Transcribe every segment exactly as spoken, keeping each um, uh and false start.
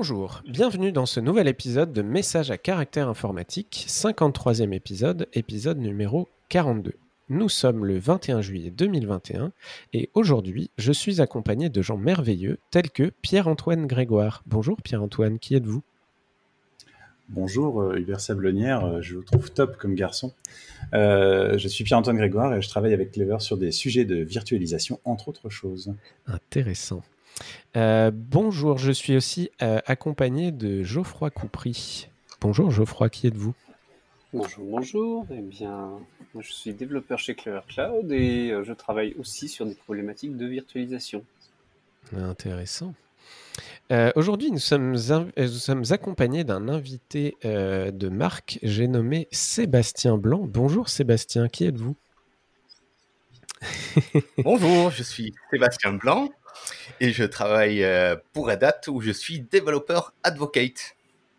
Bonjour, bienvenue dans ce nouvel épisode de Messages à caractère informatique, cinquante-troisième épisode, épisode numéro quarante-deux. Nous sommes le vingt et un juillet deux mille vingt et un et aujourd'hui, je suis accompagné de gens merveilleux tels que Pierre-Antoine Grégoire. Bonjour Pierre-Antoine, qui êtes-vous ? Bonjour euh, Hubert Sablonnière, euh, je vous trouve top comme garçon. Euh, je suis Pierre-Antoine Grégoire et je travaille avec Clever sur des sujets de virtualisation, entre autres choses. Intéressant. Euh, bonjour, je suis aussi euh, accompagné de Geoffroy Coupry. Bonjour Geoffroy, qui êtes-vous ? Bonjour, bonjour. Eh bien, moi je suis développeur chez Clever Cloud et euh, je travaille aussi sur des problématiques de virtualisation. Intéressant. Euh, aujourd'hui, nous sommes, inv- nous sommes accompagnés d'un invité euh, de marque, j'ai nommé Sébastien Blanc. Bonjour Sébastien, qui êtes-vous ? Bonjour, je suis Sébastien Blanc et je travaille euh, pour Red Hat où je suis développeur advocate.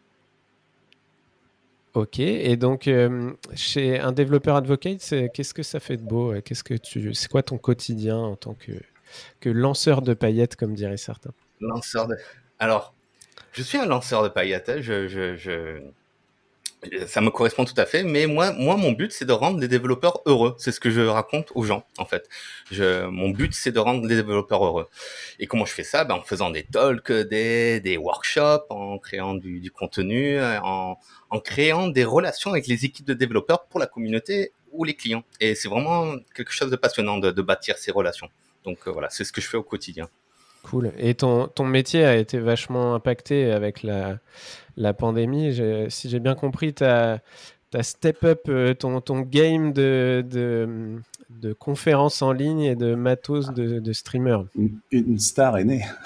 Ok, et donc euh, chez un développeur advocate, c'est, qu'est-ce que ça fait de beau ? Qu'est-ce que tu, c'est quoi ton quotidien en tant que, que lanceur de paillettes, comme diraient certains ? Lanceur de... Alors, je suis un lanceur de paillettes, hein, je, je, je... ça me correspond tout à fait, mais moi, moi, mon but, c'est de rendre les développeurs heureux. C'est ce que je raconte aux gens, en fait. Je, mon but, c'est de rendre les développeurs heureux. Et comment je fais ça ? Ben, en faisant des talks, des, des workshops, en créant du, du contenu, en, en créant des relations avec les équipes de développeurs pour la communauté ou les clients. Et c'est vraiment quelque chose de passionnant de, de bâtir ces relations. Donc euh, voilà, c'est ce que je fais au quotidien. Cool. Et ton, ton métier a été vachement impacté avec la, la pandémie. J'ai, si j'ai bien compris, tu as step up euh, ton, ton game de, de, de conférences en ligne et de matos de, de streamer. Une, une star est née.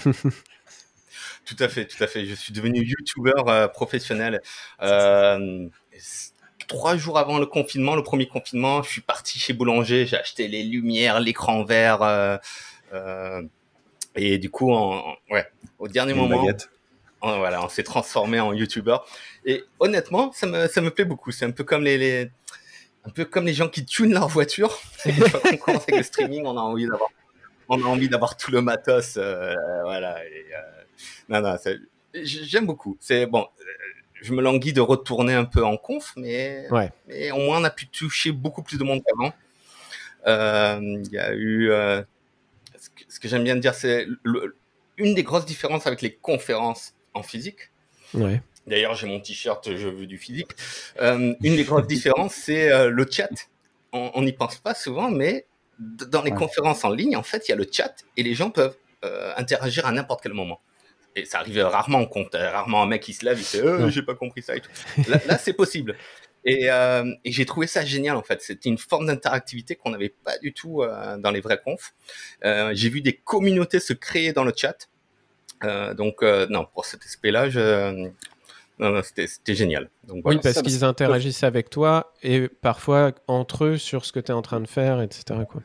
Tout à fait, tout à fait. Je suis devenu youtubeur euh, professionnel. Euh, trois jours avant le confinement, le premier confinement, je suis parti chez Boulanger, j'ai acheté les lumières, l'écran vert, euh, euh, et du coup, en, en, ouais, au dernier Une moment, baguette. on, voilà, on s'est transformé en youtubeur. Et honnêtement, ça me, ça me plaît beaucoup. C'est un peu comme les, les un peu comme les gens qui tunent leur voiture. Une fois qu'on commence avec le streaming, on a envie d'avoir, on a envie d'avoir tout le matos, euh, voilà. Et, euh, non, non, ça, j'aime beaucoup. C'est bon. Je me languis de retourner un peu en conf, mais, ouais. mais au moins on a pu toucher beaucoup plus de monde qu'avant. Il euh, y a eu, euh, ce que, ce que j'aime bien dire, c'est le, une des grosses différences avec les conférences en physique. Ouais. D'ailleurs, j'ai mon t-shirt, je veux du physique. Euh, une des grosses différences, c'est euh, le chat. On n'y pense pas souvent, mais dans les ouais. conférences en ligne, en fait, il y a le chat et les gens peuvent euh, interagir à n'importe quel moment. Et ça arrive rarement en compte, rarement un mec qui se lève, il fait euh, « j'ai pas compris ça » et tout. Là, là c'est possible. Et, euh, et j'ai trouvé ça génial, en fait. C'était une forme d'interactivité qu'on n'avait pas du tout euh, dans les vrais confs. Euh, j'ai vu des communautés se créer dans le chat. Euh, donc, euh, non, pour cet aspect-là, je... non, non, c'était, c'était génial. Donc, voilà. Oui, parce ça, qu'ils interagissent avec toi et parfois entre eux sur ce que tu es en train de faire, et cetera, quoi.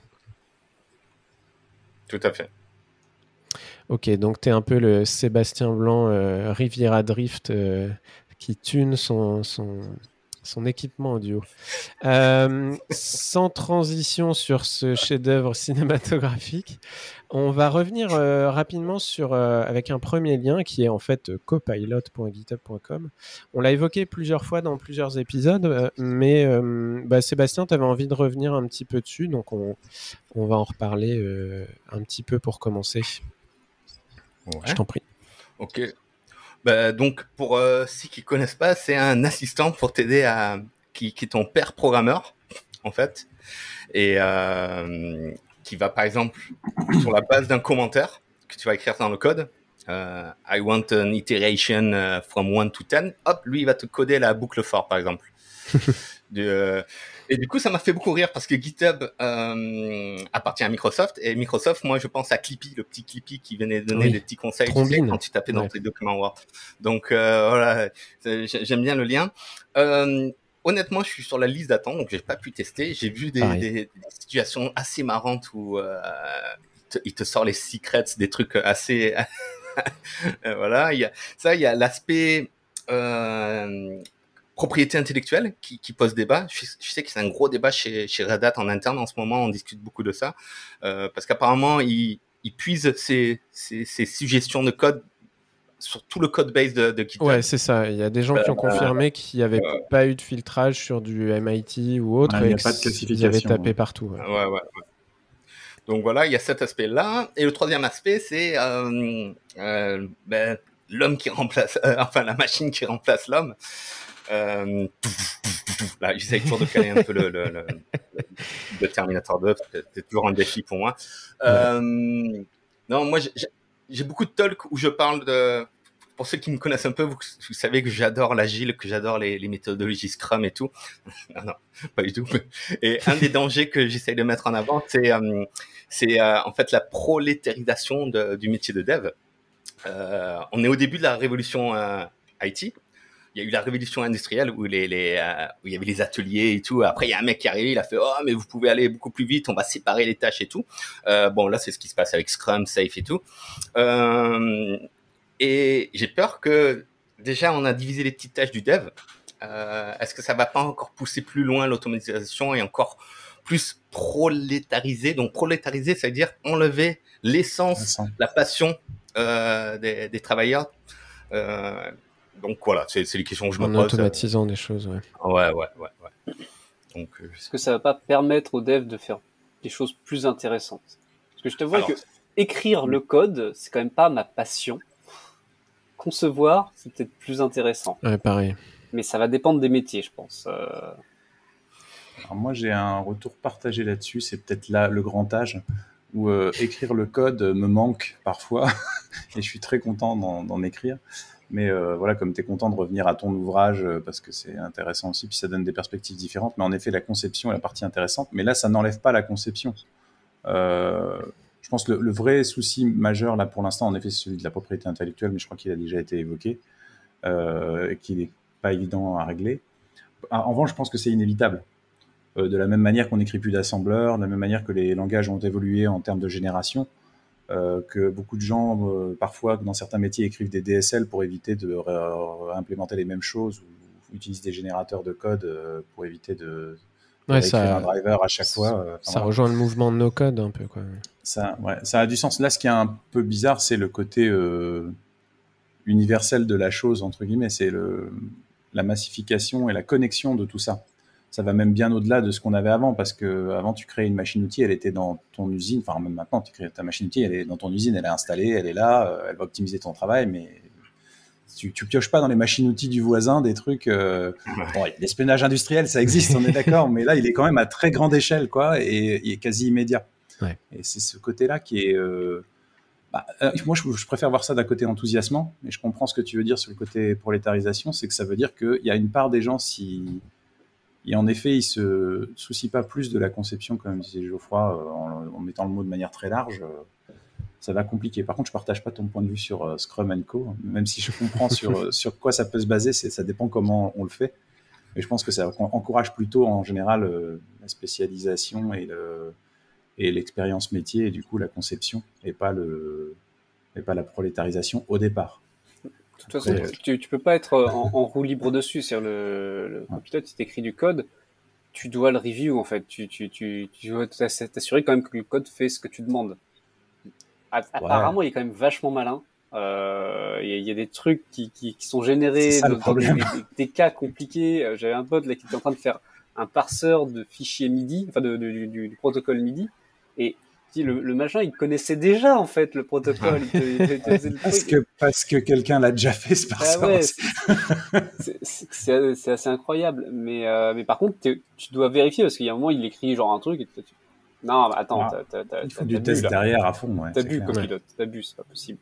Tout à fait. Ok, donc tu es un peu le Sébastien Blanc euh, Riviera Drift euh, qui tune son, son, son équipement audio. Euh, sans transition sur ce chef-d'œuvre cinématographique, on va revenir euh, rapidement sur, euh, avec un premier lien qui est en fait euh, copilot point github point com. On l'a évoqué plusieurs fois dans plusieurs épisodes, euh, mais euh, bah, Sébastien, tu avais envie de revenir un petit peu dessus, donc on, on va en reparler euh, un petit peu pour commencer. Ouais. Je t'en prie. Ok. Bah, donc, pour euh, ceux qui ne connaissent pas, c'est un assistant pour t'aider à... qui, qui est ton père programmeur, en fait, et euh, qui va, par exemple, sur la base d'un commentaire que tu vas écrire dans le code, euh, I want an iteration from one to ten, hop, lui, il va te coder la boucle for, par exemple. de, euh, et du coup, ça m'a fait beaucoup rire parce que GitHub euh, appartient à Microsoft. Et Microsoft, moi, je pense à Clippy, le petit Clippy qui venait donner oui. des petits conseils tu sais, quand tu tapais dans ouais. tes documents Word. Donc, euh, voilà, j'aime bien le lien. Euh, honnêtement, je suis sur la liste d'attente, donc j'ai pas pu tester. J'ai vu des, des, des situations assez marrantes où euh, il, te, il te sort les secrets, des trucs assez... voilà, il y a, ça, il y a l'aspect... Euh, propriété intellectuelle qui, qui pose débat. Je, je sais que c'est un gros débat chez, chez Red Hat en interne en ce moment. On discute beaucoup de ça euh, parce qu'apparemment ils, ils puisent ces, ces, ces suggestions de code sur tout le code base de, de GitHub. Ouais, c'est ça. Il y a des gens qui ont confirmé qu'il n'y avait euh, pas eu de filtrage sur du M I T ou autre. Ouais, il et y a que pas de c- classification, Il y avait tapé ouais. partout. Ouais. Ouais, ouais, ouais. Donc voilà, il y a cet aspect-là. Et le troisième aspect, c'est euh, euh, ben, l'homme qui remplace, euh, enfin la machine qui remplace l'homme. Euh, là, j'essaie toujours de caler un peu le, le, le, le Terminator deux, parce que c'est toujours un défi pour moi. Euh, non, moi, j'ai, j'ai beaucoup de talks où je parle de... Pour ceux qui me connaissent un peu, vous, vous savez que j'adore l'agile, que j'adore les, les méthodologies Scrum et tout. non, non, pas du tout. Et un des dangers que j'essaie de mettre en avant, c'est, euh, c'est euh, en fait la prolétarisation de, du métier de dev. Euh, on est au début de la révolution euh, I T. Il y a eu la révolution industrielle où, les, les, euh, où il y avait les ateliers et tout. Après, il y a un mec qui est arrivé, il a fait « Oh, mais vous pouvez aller beaucoup plus vite, on va séparer les tâches et tout. Euh, » Bon, là, c'est ce qui se passe avec Scrum, Safe et tout. Euh, et j'ai peur que, déjà, on a divisé les petites tâches du dev. Euh, est-ce que ça va pas encore pousser plus loin l'automatisation et encore plus prolétariser? Donc, prolétariser, ça veut dire enlever l'essence, la passion euh, des, des travailleurs. Euh, Donc voilà, c'est, c'est les questions que je me En pose. automatisant euh... des choses, ouais. Ouais, ouais, ouais. ouais. Donc, euh... Est-ce que ça va pas permettre aux devs de faire des choses plus intéressantes? Parce que je te vois que écrire le code, c'est quand même pas ma passion. Concevoir, c'est peut-être plus intéressant. Ouais, pareil. Mais ça va dépendre des métiers, je pense. Euh... Alors moi, j'ai un retour partagé là-dessus. C'est peut-être là le grand âge où euh, écrire le code me manque parfois et je suis très content d'en, d'en écrire. Mais euh, voilà, comme tu es content de revenir à ton ouvrage euh, parce que c'est intéressant aussi, puis ça donne des perspectives différentes. Mais en effet, la conception est la partie intéressante. Mais là, ça n'enlève pas la conception. Euh, je pense que le, le vrai souci majeur, là, pour l'instant, en effet, c'est celui de la propriété intellectuelle, mais je crois qu'il a déjà été évoqué euh, et qu'il n'est pas évident à régler. En revanche, je pense que c'est inévitable. Euh, de la même manière qu'on n'écrit plus d'assembleurs, de la même manière que les langages ont évolué en termes de génération, Euh, que beaucoup de gens, euh, parfois, dans certains métiers, écrivent des D S L pour éviter de réimplémenter les mêmes choses ou utilisent des générateurs de code euh, pour éviter de, de ouais, réécrire ça, un driver à chaque ça, fois. Euh, ça voilà. rejoint le mouvement de no-code un peu, quoi. Ça, ouais, ça a du sens. Là, ce qui est un peu bizarre, c'est le côté euh, universel de la chose, entre guillemets. C'est le, la massification et la connexion de tout ça. Ça va même bien au-delà de ce qu'on avait avant, parce que avant tu créais une machine-outil, elle était dans ton usine, enfin même maintenant tu crées ta machine-outil, elle est dans ton usine, elle est installée, elle est là, euh, elle va optimiser ton travail, mais tu, tu pioches pas dans les machines-outils du voisin des trucs. Euh... Bon, l'espionnage industriel, ça existe, on est d'accord, mais là il est quand même à très grande échelle, quoi, et il est quasi immédiat. Ouais. Et c'est ce côté-là qui est. Euh... Bah, euh, moi, je, je préfère voir ça d'un côté enthousiasmant, mais je comprends ce que tu veux dire sur le côté prolétarisation, c'est que ça veut dire qu'il y a une part des gens si Et en effet, il ne se soucie pas plus de la conception, comme disait Geoffroy, euh, en, en mettant le mot de manière très large. Euh, ça va compliquer. Par contre, je ne partage pas ton point de vue sur euh, Scrum and Co. Même si je comprends sur, euh, sur quoi ça peut se baser, c'est, ça dépend comment on le fait. Mais je pense que ça encourage plutôt, en général, euh, la spécialisation et, le, et l'expérience métier, et du coup, la conception, et pas, le, et pas la prolétarisation au départ. De toute façon, tu, tu peux pas être en, en roue libre dessus. C'est-à-dire le, le copilote, si t'écris du code, tu dois le review, en fait. Tu, tu, tu, tu dois t'assurer quand même que le code fait ce que tu demandes. Apparemment, ouais. Il est quand même vachement malin. Euh, il, y a, il y a des trucs qui, qui, qui sont générés ça, dans, dans des, des, des cas compliqués. J'avais un pote là qui était en train de faire un parseur de fichiers MIDI, enfin de, de, du, du, du protocole MIDI, et Le, le machin, il connaissait déjà en fait le protocole. Il te, il te, il te le parce, que, parce que quelqu'un l'a déjà fait, ce parseur. Ah ouais, c'est, c'est, c'est, c'est, c'est assez incroyable. Mais, euh, mais par contre, tu dois vérifier parce qu'il y a un moment, il écrit genre un truc et tu... Non, attends, ah, t'as, t'as, il faut t'as, du t'as test bu, derrière à fond. Ouais, t'as bu, clair. copilote, t'as bu, c'est pas possible.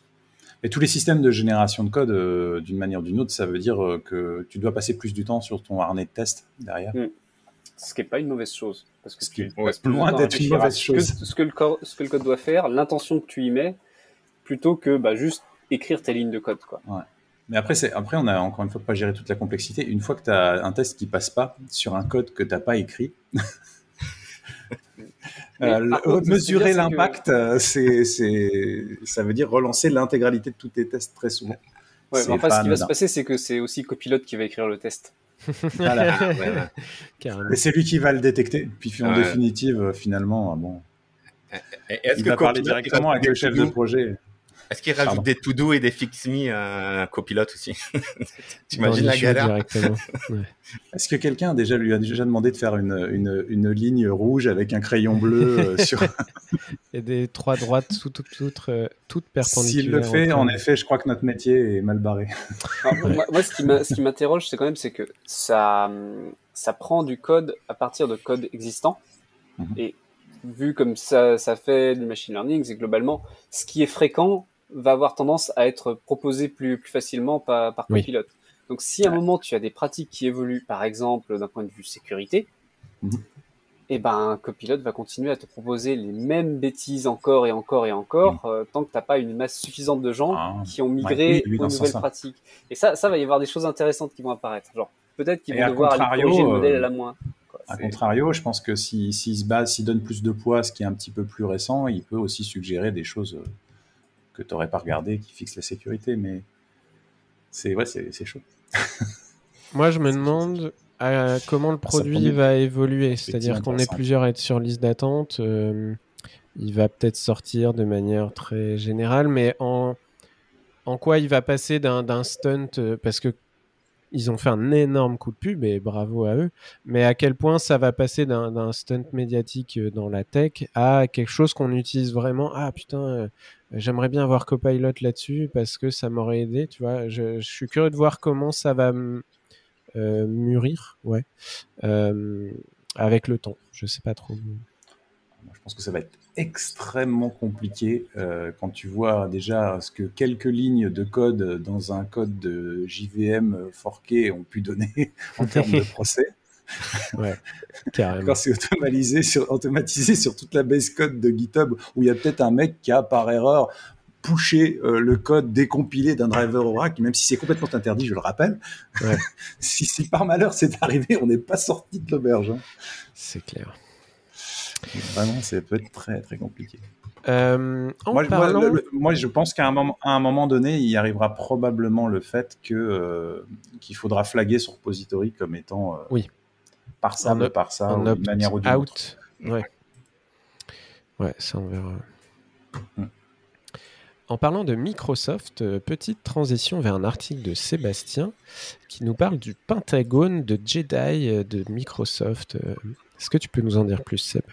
Et tous les systèmes de génération de code, euh, d'une manière ou d'une autre, ça veut dire euh, que tu dois passer plus du temps sur ton harnais de test derrière. Mm. Ce qui n'est pas une mauvaise chose. Parce que ce qui tu est loin d'être une mauvaise chose. Ce que, ce, que le code, ce que le code doit faire, l'intention que tu y mets, plutôt que bah, juste écrire tes lignes de code. Quoi. Ouais. Mais après, c'est, après, on a encore une fois pas géré toute la complexité. Une fois que tu as un test qui passe pas sur un code que tu n'as pas écrit, euh, contre, mesurer bien, l'impact, que... c'est, c'est, ça veut dire relancer l'intégralité de tous tes tests très souvent. Ouais, mais en fait, ce qui va se passer, c'est que c'est aussi copilote qui va écrire le test. Voilà. Ouais, ouais. Et c'est lui qui va le détecter. Puis en ouais. définitive, finalement, bon, Est-ce il que va parler directement avec le chef de projet. Est-ce qu'il rajoute Pardon. des to-do et des fix-me à un copilote aussi? T'imagines la galère? Directement. Ouais. Est-ce que quelqu'un a déjà, lui a déjà demandé de faire une, une, une ligne rouge avec un crayon bleu euh, sur... Et des trois droites sous toutes, toutes, euh, toutes perpendiculaires. S'il le fait, entre... en effet, je crois que notre métier est mal barré. Alors, moi, moi, ce qui m'a- ce qui m'interroge, c'est quand même, c'est que ça, ça prend du code à partir de code existant. Mhm. Et vu comme ça, ça fait du machine learning, c'est globalement, ce qui est fréquent va avoir tendance à être proposé plus, plus facilement par, par Oui. copilote. Donc, si à un moment tu as des pratiques qui évoluent, par exemple, d'un point de vue sécurité, Mhm. et ben, un copilote va continuer à te proposer les mêmes bêtises encore et encore et encore, euh, tant que t'as pas une masse suffisante de gens Ah, qui ont ouais, migré oui, oui, aux dans ce nouvelles sens-là. pratiques. Et ça, ça va y avoir des choses intéressantes qui vont apparaître. Genre, peut-être qu'ils Et vont à devoir aller contrario, corriger le modèle euh, à la moins. Quoi, A c'est- contrario, je pense que s'il si, si se base, s'il donne plus de poids à ce qui est un petit peu plus récent, il peut aussi suggérer des choses euh, que tu n'aurais pas regardées, qui fixent la sécurité. Mais c'est ouais, c'est c'est chaud. Moi, je me demande euh, comment le produit promet va évoluer. C'est-à-dire perspective qu'on est intéressante. plusieurs à être sur liste d'attente. euh, il va peut-être sortir de manière très générale, mais en, en quoi il va passer d'un d'un stunt, euh, parce que ils ont fait un énorme coup de pub et bravo à eux, mais à quel point ça va passer d'un d'un stunt médiatique euh, dans la tech à quelque chose qu'on utilise vraiment. Ah putain, euh, j'aimerais bien avoir Copilot là-dessus parce que ça m'aurait aidé, tu vois. Je, je suis curieux de voir comment ça va m- euh, mûrir, ouais, euh, avec le temps. Je sais pas trop. Moi, je pense que ça va être extrêmement compliqué euh, quand tu vois déjà ce que quelques lignes de code dans un code de J V M forqué ont pu donner en termes de procès. Ouais, carrément. Quand c'est automatisé sur, automatisé sur toute la base code de GitHub, où il y a peut-être un mec qui a par erreur pusher euh, le code décompilé d'un driver Oracle, même si c'est complètement interdit, je le rappelle. Ouais. si, si par malheur c'est arrivé, on n'est pas sorti de l'auberge. Hein. C'est clair. Vraiment, ça peut être très très compliqué. Euh, en Moi, parlant... moi, le, moi, je pense qu'à un moment, à un moment donné, il y arrivera probablement le fait que euh, qu'il faudra flaguer son repository comme étant euh, Oui. par ça, Un de op- par ça, un ou d'une manière ou d'une autre. opt-out. Ouais. Ouais, ça on verra. Mm. En parlant de Microsoft, euh, petite transition vers un article de Sébastien qui nous parle du Pentagone de Jedi euh, de Microsoft. Euh, Est-ce que tu peux nous en dire plus, Seb?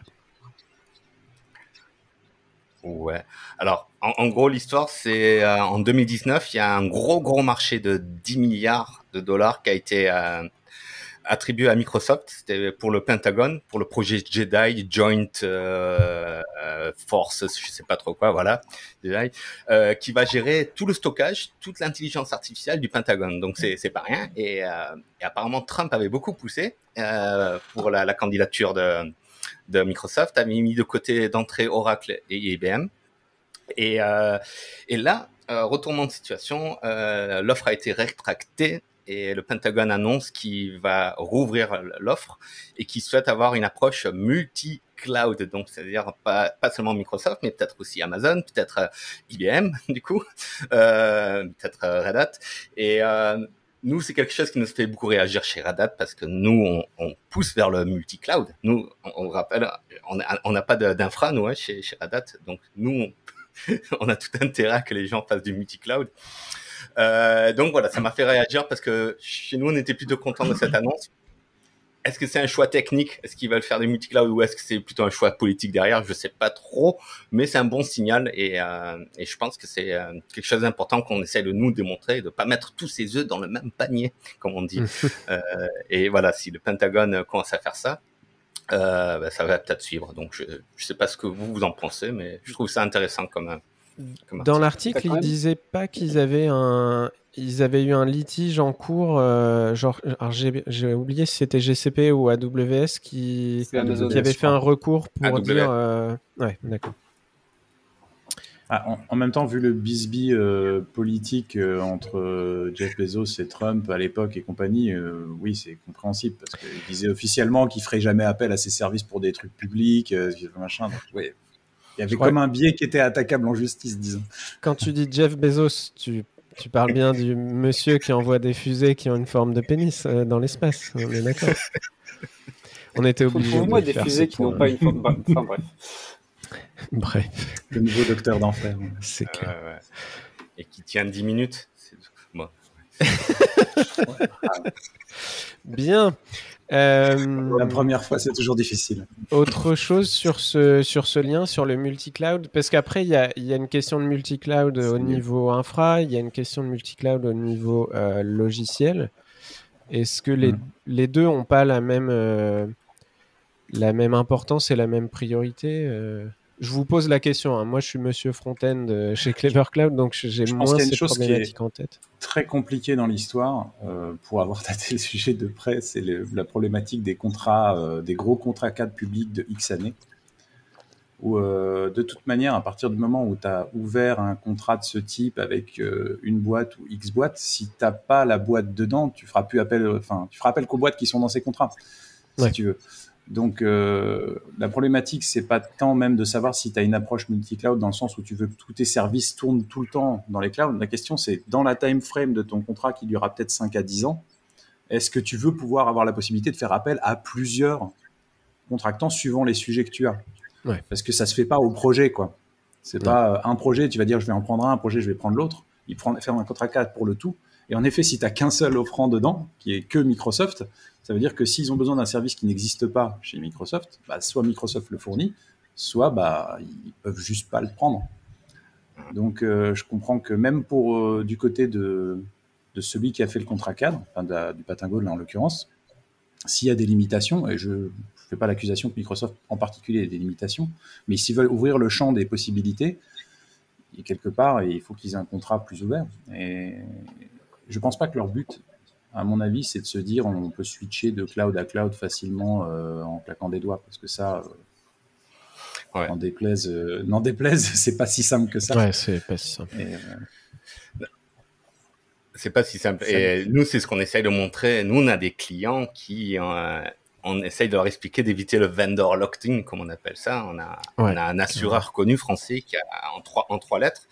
Ouais. Alors, en, en gros, l'histoire, c'est euh, en deux mille dix-neuf, il y a un gros, gros marché de dix milliards de dollars qui a été euh, attribué à Microsoft. C'était pour le Pentagone, pour le projet Jedi, Joint euh, euh, Forces, je sais pas trop quoi, voilà, Jedi, euh, qui va gérer tout le stockage, toute l'intelligence artificielle du Pentagone. Donc, c'est, c'est pas rien. Et, euh, et apparemment, Trump avait beaucoup poussé euh, pour la, la candidature de... de Microsoft, avait mis de côté d'entrée Oracle et I B M. Et, euh, et là, euh, retournement de situation, euh, l'offre a été rétractée et le Pentagone annonce qu'il va rouvrir l'offre et qu'il souhaite avoir une approche multi-cloud. Donc, c'est-à-dire pas, pas seulement Microsoft, mais peut-être aussi Amazon, peut-être euh, I B M, du coup, euh, peut-être euh, Red Hat. Et euh, nous, c'est quelque chose qui nous fait beaucoup réagir chez Red Hat parce que nous, on, on pousse vers le multi-cloud. Nous, on, on rappelle, on n'a pas de, d'infra, nous, hein, chez, chez Red Hat. Donc, nous, on, on a tout intérêt à que les gens fassent du multi-cloud. Euh, donc, voilà, ça m'a fait réagir parce que chez nous, on était plutôt contents de cette annonce. Est-ce que c'est un choix technique? Est-ce qu'ils veulent faire du multi-cloud ou est-ce que c'est plutôt un choix politique derrière? Je sais pas trop, mais c'est un bon signal et, euh, et je pense que c'est euh, quelque chose d'important qu'on essaie de nous démontrer, de pas mettre tous ses œufs dans le même panier, comme on dit. euh, et voilà, si le Pentagone commence à faire ça, euh, bah, ça va peut-être suivre. Donc, je, je sais pas ce que vous, vous en pensez, mais je trouve ça intéressant comme, comme Dans article. l'article, ils disaient pas qu'ils avaient un, ils avaient eu un litige en cours, euh, genre, alors j'ai, j'ai oublié si c'était G C P ou A W S qui, C'est Amazon, qui avait je fait crois. un recours pour A W S. dire, euh, ouais, d'accord. Ah, en, en même temps, vu le bisbee euh, politique euh, entre euh, Jeff Bezos et Trump à l'époque et compagnie, euh, oui, c'est compréhensible parce qu'il disait officiellement qu'il ferait jamais appel à ses services pour des trucs publics, euh, machin. Donc, oui. Il y avait crois comme un biais qui était attaquable en justice, disons. Quand tu dis Jeff Bezos, tu, tu parles bien du monsieur qui envoie des fusées qui ont une forme de pénis euh, dans l'espace. On est d'accord. On était obligé Trouve-moi de des faire fusées ce qui n'ont point. pas une forme. Enfin bref. Bref. Le nouveau docteur d'enfer. C'est clair. Euh, ouais. Et qui tient dix minutes. C'est... Bon. Bien. Euh, La première fois, c'est toujours difficile. Autre chose sur ce, sur ce lien, sur le multi-cloud, parce qu'après, il y a, y a une question de multi-cloud au niveau infra, il y a une question de multi-cloud au niveau euh, logiciel. Est-ce que les, mmh. les deux n'ont pas la même, euh, la même importance et la même priorité euh... Je vous pose la question. Hein. Moi, je suis monsieur front-end euh, chez Clever Cloud, donc j'ai je moins cette problématiques en tête. Très compliqué dans l'histoire, euh, pour avoir tâté le sujet de près, c'est le, la problématique des contrats, euh, des gros contrats cadres publics de X années. Où, euh, de toute manière, à partir du moment où tu as ouvert un contrat de ce type avec euh, une boîte ou X boîte, si tu n'as pas la boîte dedans, tu feras plus appel, enfin, tu feras appel qu'aux boîtes qui sont dans ces contrats, si ouais. tu veux. Donc, euh, la problématique, c'est pas tant même de savoir si tu as une approche multi-cloud dans le sens où tu veux que tous tes services tournent tout le temps dans les clouds. La question, c'est dans la time frame de ton contrat qui durera peut-être cinq à dix ans, est-ce que tu veux pouvoir avoir la possibilité de faire appel à plusieurs contractants suivant les sujets que tu as? Ouais. Parce que ça se fait pas au projet, quoi. C'est ouais. pas un projet, tu vas dire je vais en prendre un, un projet, je vais prendre l'autre. Il prend, faire un contrat cadre pour le tout. Et en effet, si tu n'as qu'un seul offrant dedans, qui est que Microsoft, ça veut dire que s'ils ont besoin d'un service qui n'existe pas chez Microsoft, bah, soit Microsoft le fournit, soit bah, ils peuvent juste pas le prendre. Donc, euh, je comprends que même pour euh, du côté de, de celui qui a fait le contrat cadre, enfin de la, du Patingo là en l'occurrence, s'il y a des limitations, et je ne fais pas l'accusation que Microsoft en particulier ait des limitations, mais s'ils veulent ouvrir le champ des possibilités, et quelque part, il faut qu'ils aient un contrat plus ouvert. Et je ne pense pas que leur but, à mon avis, c'est de se dire on peut switcher de cloud à cloud facilement euh, en claquant des doigts, parce que ça, euh, ouais. n'en déplaise, euh, n'en déplaise, c'est pas si simple que ça. Ouais, c'est pas si simple. Et, euh... C'est pas si simple. Et nous, c'est ce qu'on essaye de montrer. Nous, on a des clients qui, euh, on essaye de leur expliquer d'éviter le vendor locked-in, comme on appelle ça. On a, ouais. on a un assureur ouais. connu français qui a en trois, en trois lettres,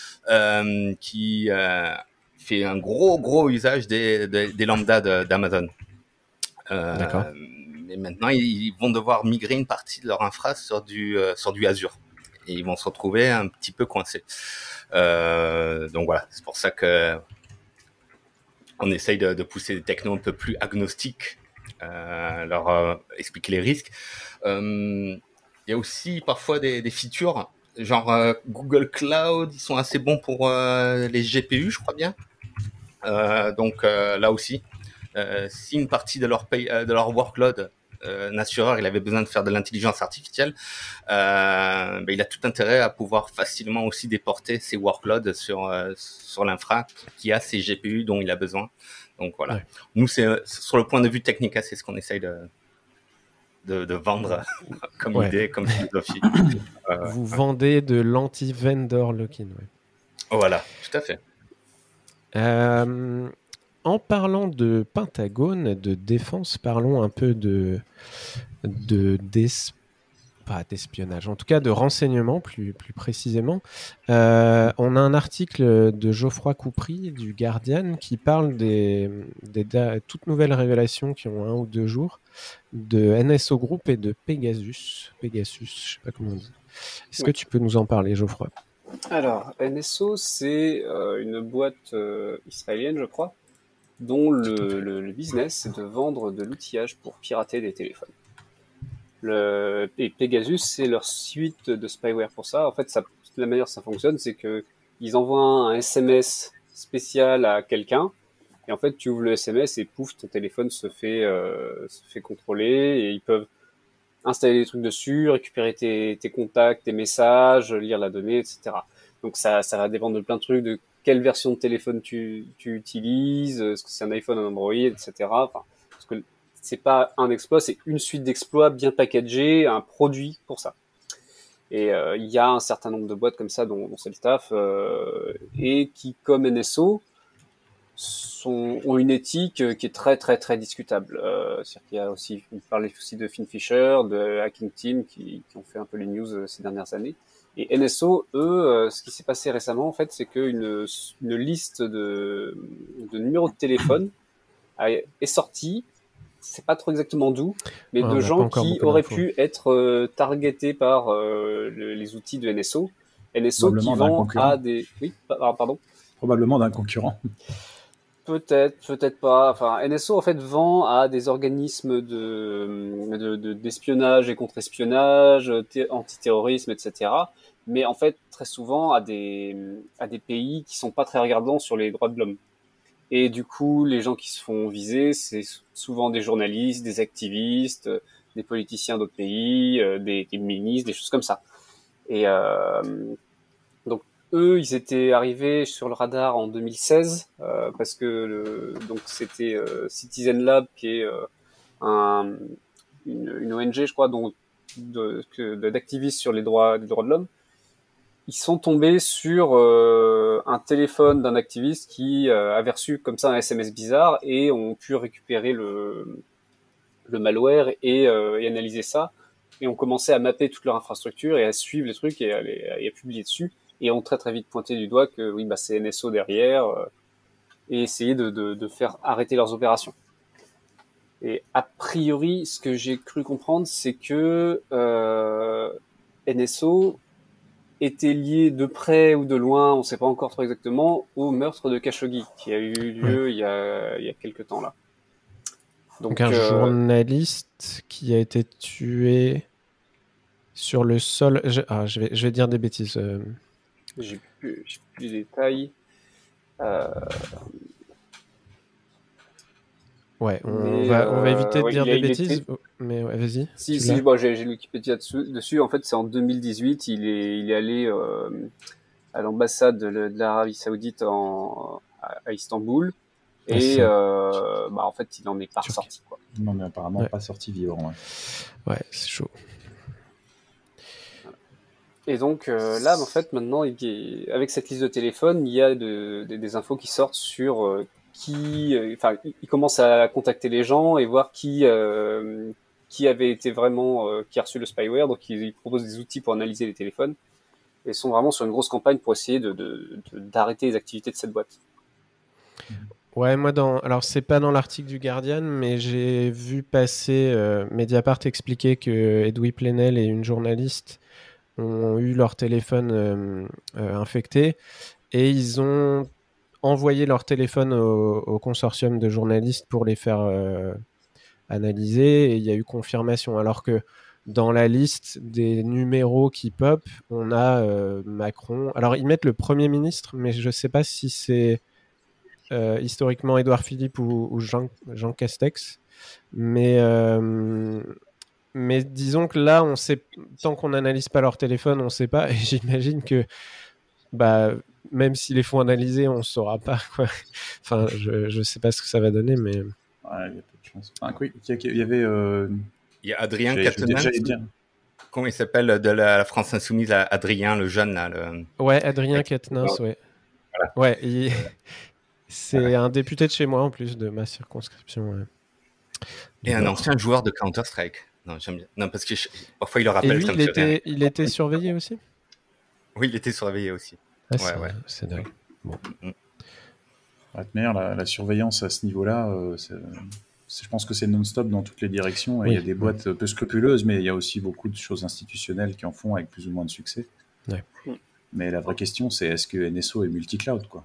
euh, qui euh, fait un gros, gros usage des, des, des lambdas de, d'Amazon. Euh, D'accord. Mais maintenant, ils vont devoir migrer une partie de leur infra sur du, euh, sur du Azure. Et ils vont se retrouver un petit peu coincés. Euh, donc voilà, c'est pour ça que on essaye de, de pousser des technos un peu plus agnostiques, euh, leur euh, expliquer les risques. Euh, il y a aussi parfois des, des features, genre euh, Google Cloud, ils sont assez bons pour euh, les G P U, je crois bien. Euh, donc euh, là aussi, euh, si une partie de leur, pay, euh, de leur workload, euh, un assureur, il avait besoin de faire de l'intelligence artificielle, euh, ben, il a tout intérêt à pouvoir facilement aussi déporter ses workloads sur euh, sur l'infra qui a ses G P U dont il a besoin. Donc voilà. Ouais. Nous, c'est sur le point de vue technique, c'est ce qu'on essaye de de, de vendre comme ouais. idée, comme philosophie. euh, Vous ouais. vendez de l'anti-vendor lock-in. Ouais. Voilà, tout à fait. Euh... En parlant de Pentagone, de défense, parlons un peu de, de d'es, pas d'espionnage, en tout cas de renseignement plus, plus précisément. Euh, on a un article de Geoffroy Coupry du Guardian qui parle des, des, des toutes nouvelles révélations qui ont un ou deux jours de N S O Group et de Pegasus. Pegasus, je ne sais pas comment on dit. Est-ce oui. que tu peux nous en parler, Geoffroy ? Alors, N S O, c'est euh, une boîte euh, israélienne, je crois, dont le, le, le business, c'est de vendre de l'outillage pour pirater des téléphones. Le, et Pegasus, c'est leur suite de spyware pour ça. En fait, ça, la manière dont ça fonctionne, c'est qu'ils envoient un S M S spécial à quelqu'un, et en fait, tu ouvres le S M S et pouf, ton téléphone se fait, euh, se fait contrôler, et ils peuvent installer des trucs dessus, récupérer tes, tes contacts, tes messages, lire la donnée, et cetera. Donc ça, ça va dépendre de plein de trucs, de quelle version de téléphone tu, tu utilises, est-ce que c'est un iPhone, un Android, et cetera. Enfin, parce que c'est pas un exploit, c'est une suite d'exploits bien packagés, un produit pour ça. Et il euh, y a un certain nombre de boîtes comme ça dont, dont c'est le taf, euh, et qui, comme N S O, sont, ont une éthique qui est très très très discutable. Euh, c'est-à-dire qu'il y a aussi, on parlait aussi de Finn Fisher, de Hacking Team, qui, qui ont fait un peu les news ces dernières années. Et N S O, eux, euh, ce qui s'est passé récemment, en fait, c'est qu'une une liste de, de numéros de téléphone a, est sortie c'est pas trop exactement d'où, mais Ouais, de on a gens pas encore qui beaucoup auraient d'infos. pu être euh, targetés par euh, le- les outils de N S O. N S O qui Probablement d'un vend concurrent. à des... Oui, pa- pardon. Probablement d'un concurrent. Peut-être, peut-être pas. Enfin, N S O en fait vend à des organismes de, de, de- d'espionnage et contre-espionnage, thé- antiterrorisme, et cetera. Mais en fait, très souvent à des à des pays qui sont pas très regardants sur les droits de l'homme. Et du coup, les gens qui se font viser, c'est souvent des journalistes, des activistes, euh, des politiciens d'autres pays, euh, des, des ministres, des choses comme ça. Et euh, donc eux, ils étaient arrivés sur le radar en deux mille seize euh, parce que le, donc c'était euh, Citizen Lab qui est euh, un, une, une O N G, je crois, donc de, que- d'activistes sur les droits, les droits de l'homme. Ils sont tombés sur euh, un téléphone d'un activiste qui euh, avait reçu comme ça un S M S bizarre et ont pu récupérer le, le malware et, euh, et analyser ça. Et ont commencé à mapper toute leur infrastructure et à suivre les trucs et à, les, et à publier dessus. Et ont très très vite pointé du doigt que oui, bah, c'est N S O derrière euh, et essayer de, de, de faire arrêter leurs opérations. Et a priori, ce que j'ai cru comprendre, c'est que euh, N S O était lié de près ou de loin, on ne sait pas encore trop exactement, au meurtre de Khashoggi, qui a eu lieu ouais. il, y a, il y a quelques temps là. Donc, Donc un euh, journaliste qui a été tué sur le sol. Je, ah, je, vais, je vais dire des bêtises. Euh... J'ai plus, j'ai plus les détails. Euh... Ouais, on, mais va, on va éviter de ouais, dire des bêtises. Été... Mais ouais, vas-y. Si, si, bon, j'ai, j'ai Wikipédia dessus, dessus. En fait, c'est en deux mille dix-huit. Il est, il est allé euh, à l'ambassade de, de l'Arabie Saoudite en, à, à Istanbul. Et euh, bah, en fait, il n'en est pas ressorti. Quoi. Non, mais apparemment ouais. pas sorti vivant. Ouais, ouais c'est chaud. Et donc euh, là, en fait, maintenant, il est, avec cette liste de téléphone, il y a de, de, des infos qui sortent sur euh, qui, enfin, euh, il commence à contacter les gens et voir qui, euh, qui avait été vraiment, euh, qui a reçu le spyware. Donc, il, il propose des outils pour analyser les téléphones et sont vraiment sur une grosse campagne pour essayer de, de, de d'arrêter les activités de cette boîte. Ouais, moi, dans... alors c'est pas dans l'article du Guardian, mais j'ai vu passer euh, Mediapart expliquer que Edoui Plenel et une journaliste ont eu leur téléphone euh, euh, infecté et ils ont envoyé leur téléphone au, au consortium de journalistes pour les faire euh, analyser et il y a eu confirmation. Alors que dans la liste des numéros qui pop, on a euh, Macron. Alors ils mettent le Premier ministre, mais je sais pas si c'est euh, historiquement Édouard Philippe ou, ou Jean, Jean Castex. Mais euh, Mais disons que là, on sait, tant qu'on n'analyse pas leur téléphone, on ne sait pas. Et j'imagine que bah, même s'ils les font analyser, on ne saura pas. Quoi. Enfin, je ne sais pas ce que ça va donner, mais... Ouais, il y a peu de chance. Enfin, oui, il y avait... Euh... Il y a Adrien Quatennens. Comment il s'appelle de la France Insoumise, là, Adrien, le jeune. Là, le... Ouais, Adrien Quatennens, ouais. Voilà. Ouais, il... c'est voilà. Un député de chez moi, en plus, de ma circonscription. Ouais. Et un ancien joueur de Counter-Strike. Non, j'aime bien. Non, parce que je... parfois il le rappelle. Et lui, il était, il était surveillé aussi ? Oui, il était surveillé aussi. Ah, ouais, c'est, ouais. C'est dingue. Bon. Mm-hmm. La, la surveillance à ce niveau-là, euh, c'est, c'est, je pense que c'est non-stop dans toutes les directions. Oui. Il y a des boîtes peu scrupuleuses, mais il y a aussi beaucoup de choses institutionnelles qui en font avec plus ou moins de succès. Ouais. Mais la vraie question, c'est est-ce que N S O est multi-cloud, quoi ?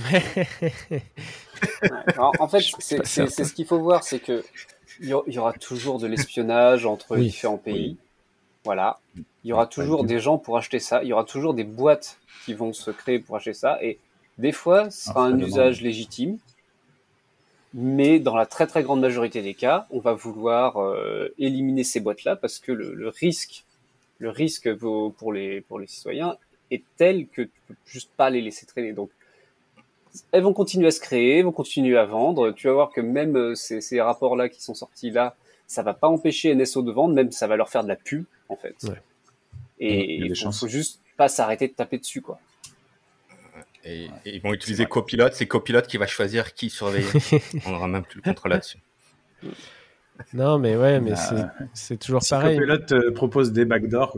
Alors, en fait, c'est, c'est, c'est ce qu'il faut voir, c'est que il y aura toujours de l'espionnage entre oui, différents pays. Oui. Voilà. Il y aura toujours des gens pour acheter ça. Il y aura toujours des boîtes qui vont se créer pour acheter ça. Et des fois, ce sera ah, un usage bon. légitime. Mais dans la très très grande majorité des cas, on va vouloir euh, éliminer ces boîtes-là parce que le, le risque, le risque pour, pour les pour les citoyens est tel que tu peux juste pas les laisser traîner. Donc elles vont continuer à se créer, vont continuer à vendre. Tu vas voir que même ces, ces rapports-là qui sont sortis là, ça va pas empêcher N S O de vendre, même ça va leur faire de la pub, en fait. Ouais. Et il faut, faut juste pas s'arrêter de taper dessus, quoi. Et, et ils vont utiliser Copilot, c'est Copilot qui va choisir qui surveiller. On n'aura même plus le contrôle là-dessus. Non, mais ouais, mais ah, c'est, c'est toujours si pareil. Copilot te propose des backdoors.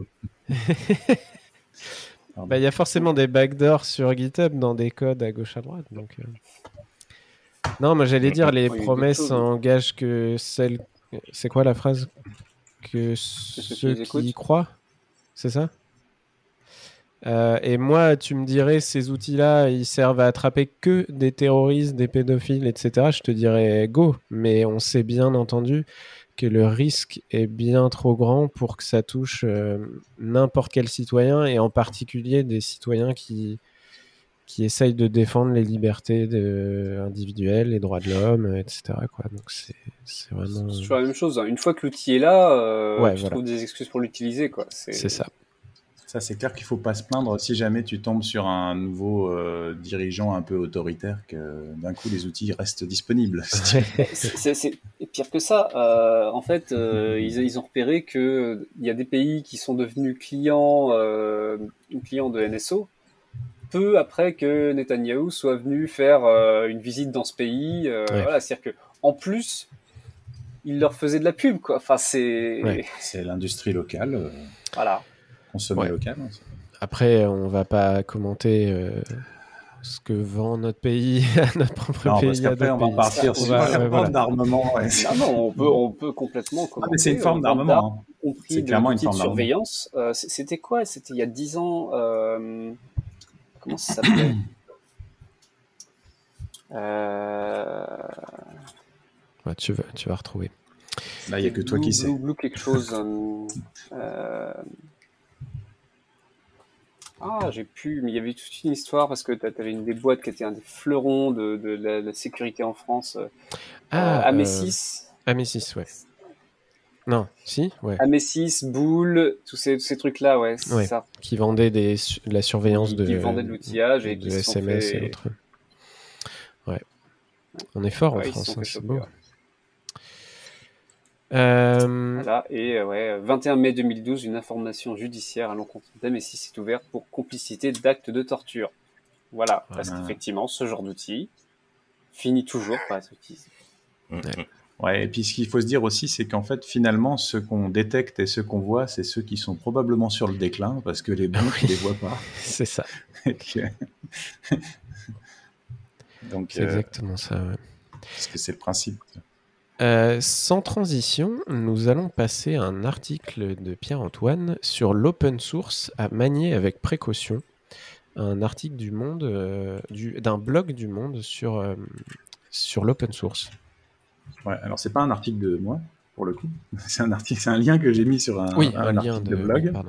Bah, il y a forcément des backdoors sur GitHub dans des codes à gauche à droite. Donc, euh... Non, moi j'allais dire les Oui, promesses engagent que celles. C'est quoi la phrase? Que ceux qui, qui y croient, c'est ça? euh, Et moi, tu me dirais, ces outils-là, ils servent à attraper que des terroristes, des pédophiles, et cetera. Je te dirais go, mais on sait bien entendu que le risque est bien trop grand pour que ça touche euh, n'importe quel citoyen, et en particulier des citoyens qui, qui essayent de défendre les libertés de, individuelles, les droits de l'homme, et cetera, quoi. Donc c'est, c'est vraiment... C'est toujours la même chose. Hein. Une fois que l'outil est là, euh, ouais, tu voilà. trouves des excuses pour l'utiliser, quoi. C'est, c'est ça. Ça, c'est clair qu'il ne faut pas se plaindre si jamais tu tombes sur un nouveau euh, dirigeant un peu autoritaire, que d'un coup, les outils restent disponibles. c'est, c'est, c'est pire que ça. Euh, en fait, euh, ils, ils ont repéré qu'il y a des pays qui sont devenus clients, euh, clients de N S O, peu après que Netanyahou soit venu faire euh, une visite dans ce pays. Euh, ouais. Voilà, c'est-à-dire qu'en plus, il leur faisait de la pub, quoi. Enfin, c'est... Ouais. C'est l'industrie locale. Euh... Voilà. Consommer ouais. local. Hein, après, on va pas commenter euh, ce que vend notre pays à notre propre non, pays. Parce qu'après, on va pays. partir sur une forme voilà. d'armement. Ouais. Non, non, on peut, on peut complètement commenter. Ah, mais c'est une forme d'armement. Hein. Compris c'est de, clairement de une forme surveillance. Euh, c'était quoi? C'était il y a dix ans. Euh... Comment ça s'appelait? euh... ouais, tu, vas, tu vas retrouver. Là, il n'y a que toi Blue, qui sais. Blue, Blue quelque chose. euh... Ah, j'ai pu, mais il y avait toute une histoire parce que tu avais une des boîtes qui était un des fleurons de, de la, la sécurité en France. Ah, euh, Amesis. Euh... Amesis, ouais. Non, si, ouais. Amesis, Boule, tous ces, tous ces trucs-là, ouais, c'est ouais, ça. Qui vendaient des, de la surveillance qui, de... Qui vendaient de l'outillage et de qui se S M S sont fait... et autres. Ouais. On est fort ouais, en France, hein, c'est choper, beau. ouais. Euh... Voilà, et euh, ouais, vingt et un mai deux mille douze, une information judiciaire à l'encontre d'Amesis est ouverte pour complicité d'actes de torture. Voilà, voilà. Parce qu'effectivement, ce genre d'outil finit toujours par être utilisé. Ouais. Ouais, et puis ce qu'il faut se dire aussi, c'est qu'en fait, finalement, ceux qu'on détecte et ceux qu'on voit, c'est ceux qui sont probablement sur le déclin, parce que les bons, oui. tu les vois pas. C'est ça. Donc, c'est euh, exactement ça, ouais. Parce que c'est le principe. Euh, sans transition, nous allons passer à un article de Pierre-Antoine sur l'open source à manier avec précaution. Un article du Monde, euh, du, d'un blog du Monde sur, euh, sur l'open source. Ouais, alors c'est pas un article de moi, pour le coup. C'est un article, c'est un lien que j'ai mis sur un, oui, un, un un lien article de, de blog. Oui, pardon.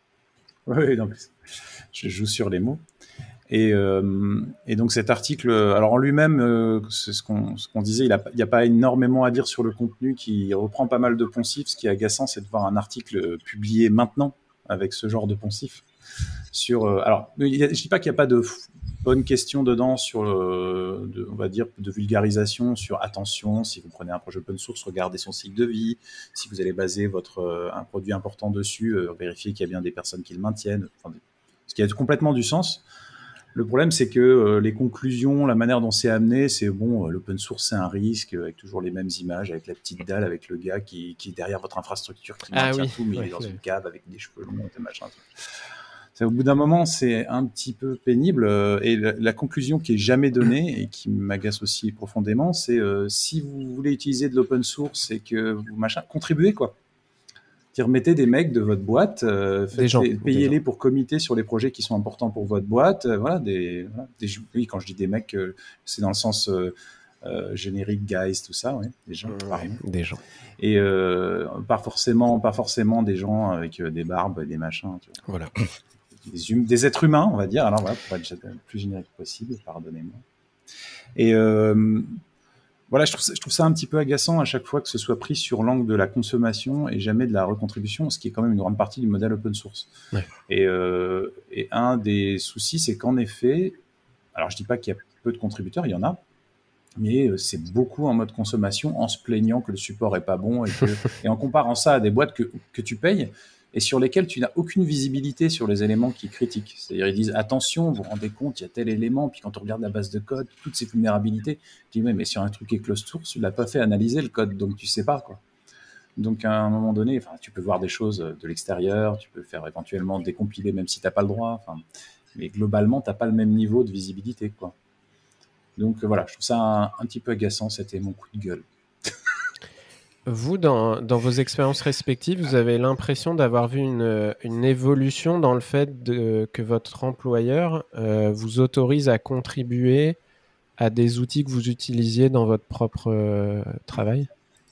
Oui, donc je joue sur les mots. Et, euh, et donc cet article, alors en lui-même, euh, c'est ce qu'on, ce qu'on disait, il n'y a, a pas énormément à dire sur le contenu, qui reprend pas mal de poncifs. Ce qui est agaçant, c'est de voir un article publié maintenant avec ce genre de poncifs. Sur, euh, alors, il y a, je dis pas qu'il n'y a pas de f- bonnes questions dedans sur, euh, de, on va dire, de vulgarisation sur attention. Si vous prenez un projet open source, regardez son cycle de vie. Si vous allez baser votre euh, un produit important dessus, euh, vérifiez qu'il y a bien des personnes qui le maintiennent. Enfin, ce qui a complètement du sens. Le problème, c'est que euh, les conclusions, la manière dont c'est amené, c'est bon, euh, l'open source, c'est un risque, avec toujours les mêmes images, avec la petite dalle, avec le gars qui, qui est derrière votre infrastructure, qui ah, maintient oui. tout, mais ouais, il est dans ouais. une cave avec des cheveux longs et machin. C'est, au bout d'un moment, c'est un petit peu pénible. Euh, et la, la conclusion qui est jamais donnée et qui m'agace aussi profondément, c'est euh, si vous voulez utiliser de l'open source et que vous machin, contribuez quoi. Remettez des mecs de votre boîte, euh, faites, gens, payez-les pour commiter sur les projets qui sont importants pour votre boîte. Euh, voilà, des, voilà, des, oui, quand je dis des mecs, euh, c'est dans le sens euh, euh, générique, guys, tout ça, ouais, des gens. Ouais, des gens. Et euh, pas forcément, pas forcément des gens avec euh, des barbes, des machins. Tu vois. Voilà. Des, hum, des êtres humains, on va dire. Alors voilà, pour être le plus générique possible, pardonnez-moi. Et euh, Voilà, je trouve, ça, je trouve ça un petit peu agaçant à chaque fois que ce soit pris sur l'angle de la consommation et jamais de la recontribution, ce qui est quand même une grande partie du modèle open source. Ouais. Et, euh, et un des soucis, c'est qu'en effet, alors je dis pas qu'il y a peu de contributeurs, il y en a, mais c'est beaucoup en mode consommation, en se plaignant que le support est pas bon et, que, et en comparant ça à des boîtes que, que tu payes et sur lesquelles tu n'as aucune visibilité sur les éléments qui critiquent. C'est-à-dire, ils disent, attention, vous vous rendez compte, il y a tel élément, puis quand on regarde la base de code, toutes ces vulnérabilités, tu dis, mais sur un truc qui est closed source, tu ne l'as pas fait analyser le code, donc tu ne sais pas, quoi. Donc, à un moment donné, tu peux voir des choses de l'extérieur, tu peux faire éventuellement décompiler, même si tu n'as pas le droit, mais globalement, tu n'as pas le même niveau de visibilité, quoi. Donc euh, voilà, je trouve ça un, un petit peu agaçant, c'était mon coup de gueule. Vous, dans, dans vos expériences respectives, vous avez l'impression d'avoir vu une, une évolution dans le fait de, que votre employeur euh, vous autorise à contribuer à des outils que vous utilisiez dans votre propre euh, travail?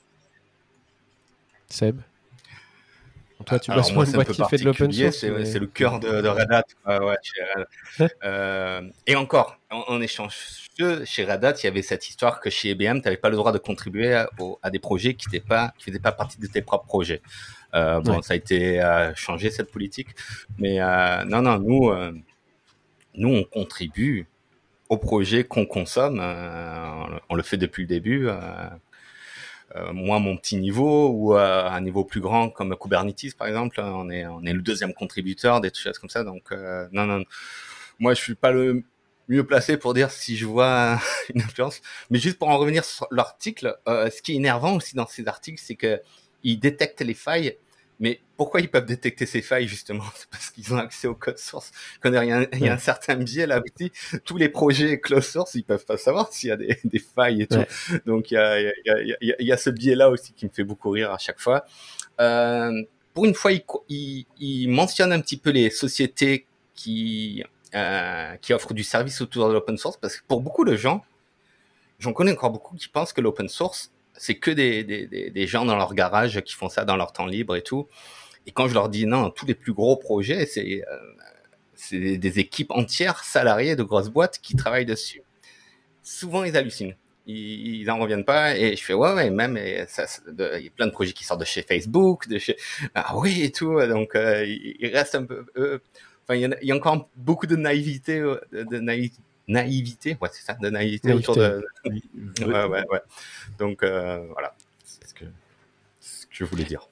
Seb? Toi, tu Alors bosses pour moi, une c'est un boîte peu qui fait de l'open particulier, source. c'est mais... c'est le cœur de, de Red Hat. Ouais, ouais, chez Red Hat. Euh, et encore, en, en échange, chez Red Hat, il y avait cette histoire que chez I B M, tu n'avais pas le droit de contribuer à, au- à des projets qui n'étaient pas, qui faisaient pas partie de tes propres projets. Euh, bon, Ouais. ça a été euh, changé cette politique, mais euh, non, non, nous, euh, nous, on contribue aux projets qu'on consomme. Euh, on, le, on le fait depuis le début. Euh, Euh, moi, mon petit niveau ou à un niveau plus grand comme Kubernetes, par exemple, on est, on est le deuxième contributeur, des choses comme ça. Donc, euh, non, non, moi, je suis pas le mieux placé pour dire si je vois une influence. Mais juste pour en revenir sur l'article, euh, ce qui est énervant aussi dans ces articles, c'est que ils détectent les failles. Mais pourquoi ils peuvent détecter ces failles, justement? C'est parce qu'ils ont accès au code source. Quand il y a un, il y a un certain biais là aussi. Tous les projets closed source, ils peuvent pas savoir s'il y a des, des failles et tout. Ouais. Donc, il y a, il y, a, il y, a, il y a ce biais-là aussi qui me fait beaucoup rire à chaque fois. Euh, pour une fois, ils il, il mentionnent un petit peu les sociétés qui, euh, qui offrent du service autour de l'open source, parce que pour beaucoup de gens, j'en connais encore beaucoup qui pensent que l'open source, c'est que des, des, des, des gens dans leur garage qui font ça dans leur temps libre et tout. Et quand je leur dis non, tous les plus gros projets, c'est, euh, c'est des équipes entières salariées de grosses boîtes qui travaillent dessus. Souvent, ils hallucinent. Ils, ils en reviennent pas. Et je fais, ouais, ouais, même, et ça, de, il y a plein de projets qui sortent de chez Facebook, de chez, ah oui, et tout. Donc, euh, il, il reste un peu, euh, enfin, il y, a, il y a encore beaucoup de naïveté, de, de naïveté. Naïveté, ouais, c'est ça, de naïveté, naïveté. autour de. ouais, ouais, ouais. Donc, euh, voilà, c'est ce que, c'est ce que je voulais dire.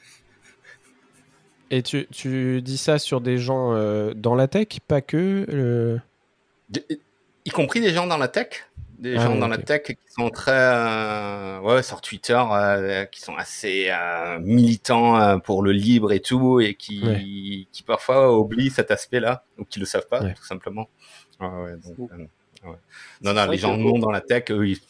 Et tu, tu dis ça sur des gens euh, dans la tech, pas que euh... Y, y compris des gens dans la tech, des ah, gens ouais, dans okay. la tech qui sont très, euh, ouais, sur Twitter, euh, qui sont assez euh, militants euh, pour le libre et tout, et qui, ouais. qui parfois oublient cet aspect-là, ou qui le savent pas, ouais. tout simplement. Ouais, ouais, donc, euh, ouais. Non, non, les gens non dans la tech, eux, ils...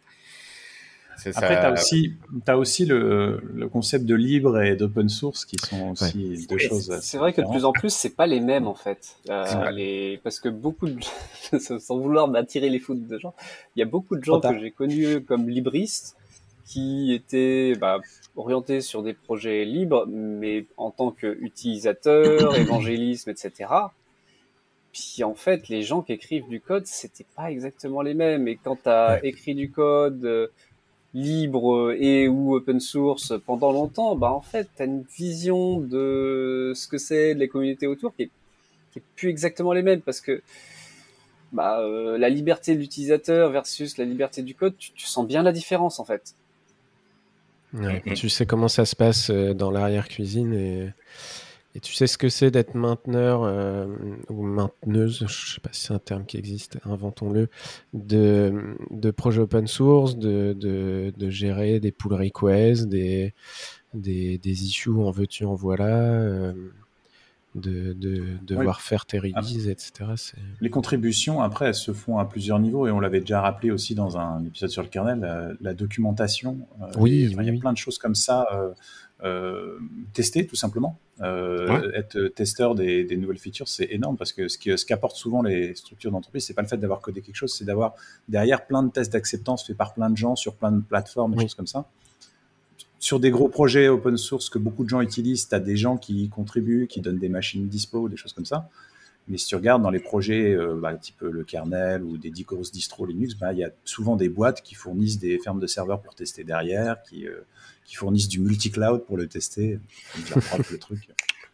C'est Après, tu as aussi, t'as aussi le, le concept de libre et d'open source qui sont aussi ouais. deux et choses. C'est, c'est vrai que de plus en plus, c'est pas les mêmes en fait. Euh, les... Parce que beaucoup de sans vouloir m'attirer les foudres de gens, il y a beaucoup de gens que j'ai connus comme libristes qui étaient bah, orientés sur des projets libres, mais en tant qu'utilisateurs, évangélisme, et cetera. Puis en fait, les gens qui écrivent du code, c'était pas exactement les mêmes. Et quand tu as ouais. écrit du code euh, libre et ou open source pendant longtemps, bah en fait, tu as une vision de ce que c'est les communautés autour qui est, qui est plus exactement les mêmes, parce que bah, euh, la liberté de l'utilisateur versus la liberté du code, tu, tu sens bien la différence en fait. Ouais, mm-hmm. Tu sais comment ça se passe dans l'arrière-cuisine et, et tu sais ce que c'est d'être mainteneur euh, ou mainteneuse, je ne sais pas si c'est un terme qui existe, inventons-le, de, de projets open source, de, de, de gérer des pull requests, des, des, des issues en veux-tu, en voilà, euh, de, de devoir oui. faire tes releases, et cetera. C'est... Les contributions, après, elles se font à plusieurs niveaux, et on l'avait déjà rappelé aussi dans un épisode sur le kernel, la, la documentation. Euh, oui, et, oui, enfin, il y a oui. plein de choses comme ça. Euh, euh, tester, tout simplement. Euh, ouais. Être testeur des, des nouvelles features, c'est énorme, parce que ce, qui, ce qu'apportent souvent les structures d'entreprise, c'est pas le fait d'avoir codé quelque chose, c'est d'avoir derrière plein de tests d'acceptance faits par plein de gens sur plein de plateformes, et oui. choses comme ça. Sur des gros projets open source que beaucoup de gens utilisent, tu as des gens qui contribuent, qui donnent des machines dispo, des choses comme ça. Mais si tu regardes dans les projets euh, bah, type le kernel ou des grosses distros Linux, bah, il y a souvent des boîtes qui fournissent des fermes de serveurs pour tester derrière, qui, euh, qui fournissent du multi-cloud pour le tester, déjà propre le truc.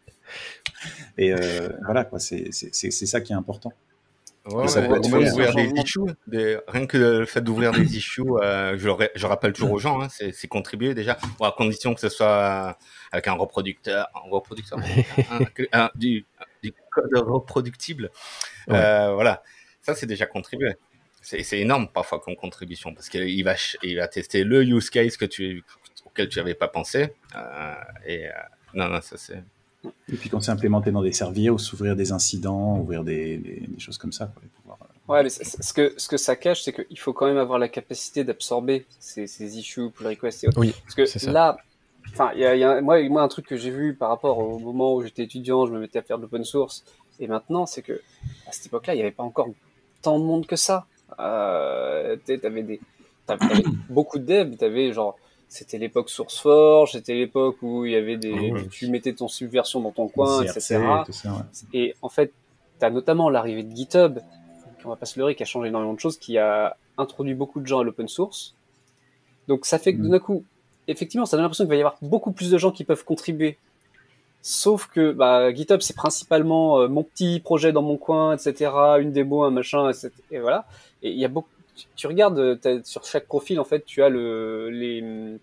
Et euh, voilà, quoi, c'est, c'est, c'est, c'est ça qui est important. Ouais, ça ouais, peut être ouvrir des issues, des... rien que le fait d'ouvrir des issues, euh, je, le... je rappelle toujours aux gens, hein, c'est, c'est contribuer déjà, bon, à condition que ce soit avec un reproducteur, un reproducteur, un, un, du, du code reproductible, ouais. euh, voilà, ça c'est déjà contribuer. C'est, c'est énorme parfois comme contribution, parce qu'il va, il va tester le use case que tu, auquel tu n'avais pas pensé, euh, et euh, non, non, ça c'est... Et puis quand c'est implémenté dans des services, s'ouvrir des incidents, ouvrir des, des, des choses comme ça pour pouvoir Ouais, mais ce que, ce que ça cache, c'est qu'il faut quand même avoir la capacité d'absorber ces, ces issues, pull requests et autres. Oui, Parce que c'est ça. là, enfin, il y a, y a moi, moi, un truc que j'ai vu par rapport au moment où j'étais étudiant, je me mettais à faire de l'open source, et maintenant, c'est que à cette époque-là, il n'y avait pas encore tant de monde que ça. Euh, t'avais des, t'avais, t'avais beaucoup de devs, t'avais genre, c'était l'époque SourceForge, c'était l'époque où il y avait des, Oh, tu, oui. tu mettais ton subversion dans ton coin, Z R C, et cetera. tout ça, ouais. Et en fait, t'as notamment l'arrivée de GitHub, on va pas se leurrer, qui a changé énormément de choses, qui a introduit beaucoup de gens à l'open source. Donc ça fait que Mm. d'un coup, effectivement, ça donne l'impression qu'il va y avoir beaucoup plus de gens qui peuvent contribuer. Sauf que bah, GitHub, c'est principalement euh, mon petit projet dans mon coin, et cetera, une démo, un machin, et cetera. Et voilà. Et il y a beaucoup. Tu, tu regardes sur chaque profil, en fait, tu as le les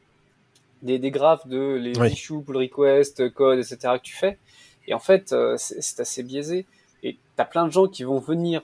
des, des graphes de les Oui. issues, pull requests, code, et cetera que tu fais. Et en fait, euh, c'est, c'est assez biaisé. Et t'as plein de gens qui vont venir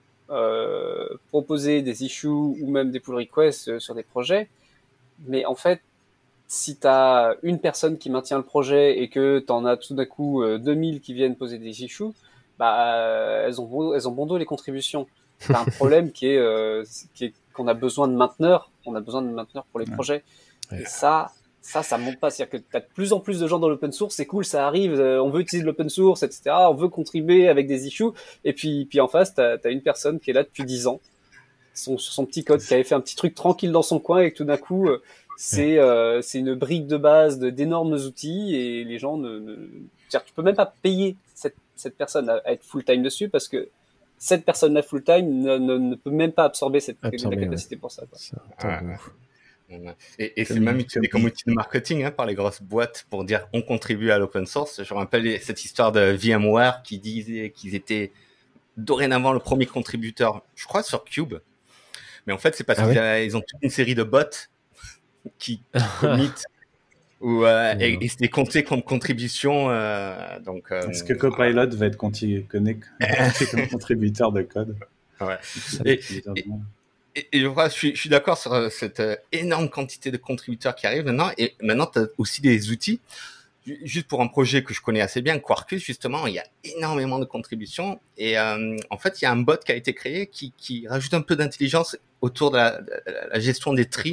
euh, proposer des issues ou même des pull requests euh, sur des projets. Mais en fait, si tu as une personne qui maintient le projet et que tu en as tout d'un coup euh, deux mille qui viennent poser des issues, bah, euh, elles, ont bon, elles ont bon dos les contributions. Tu as un problème qui est, euh, qui est qu'on a besoin de mainteneurs, on a besoin de mainteneurs pour les Ouais. projets. Ouais. Et ça, ça, ça monte pas. C'est-à-dire que tu as de plus en plus de gens dans l'open source, c'est cool, ça arrive, euh, on veut utiliser l'open source, et cetera. On veut contribuer avec des issues. Et puis, puis en face, tu as une personne qui est là depuis dix ans, son, sur son petit code, qui avait fait un petit truc tranquille dans son coin et que tout d'un coup... Euh, c'est euh, c'est une brique de base de, d'énormes outils et les gens ne, ne... C'est-à-dire, tu peux même pas payer cette, cette personne à, à être full time dessus parce que cette personne là full time ne, ne, ne peut même pas absorber cette Absorber, la capacité ouais. pour ça. Quoi. C'est un temps de Ouais. ouf. Et, et c'est Comme- même utilisé comme- comme outil de marketing hein, par les grosses boîtes pour dire on contribue à l'open source. Je me rappelle cette histoire de VMware qui disait qu'ils étaient dorénavant le premier contributeur, je crois, sur Cube. Mais en fait, c'est parce Ah qu'ils ouais avaient- ils ont toute une série de bots qui, qui commit ou euh, Ouais. et, et c'était compté comme contribution. Euh, donc, euh, Est-ce que Copilot va être conti- conné- compté comme contributeur de code? Ouais. Ça, Et- contributeur de monde. Et, et je, vois, je suis, je suis d'accord sur euh, cette euh, énorme quantité de contributeurs qui arrivent maintenant. Et maintenant, tu as aussi des outils. Ju- Juste pour un projet que je connais assez bien, Quarkus, justement, il y a énormément de contributions. Et euh, en fait, il y a un bot qui a été créé qui, qui rajoute un peu d'intelligence autour de la, de la gestion des tris,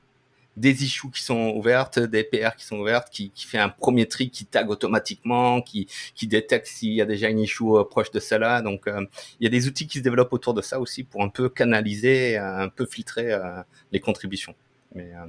des issues qui sont ouvertes, des P R qui sont ouvertes, qui, qui fait un premier tri, qui tag automatiquement, qui, qui détecte s'il y a déjà une issue euh, proche de celle-là. Donc, euh, il y a des outils qui se développent autour de ça aussi pour un peu canaliser, un peu filtrer euh, les contributions. Mais euh,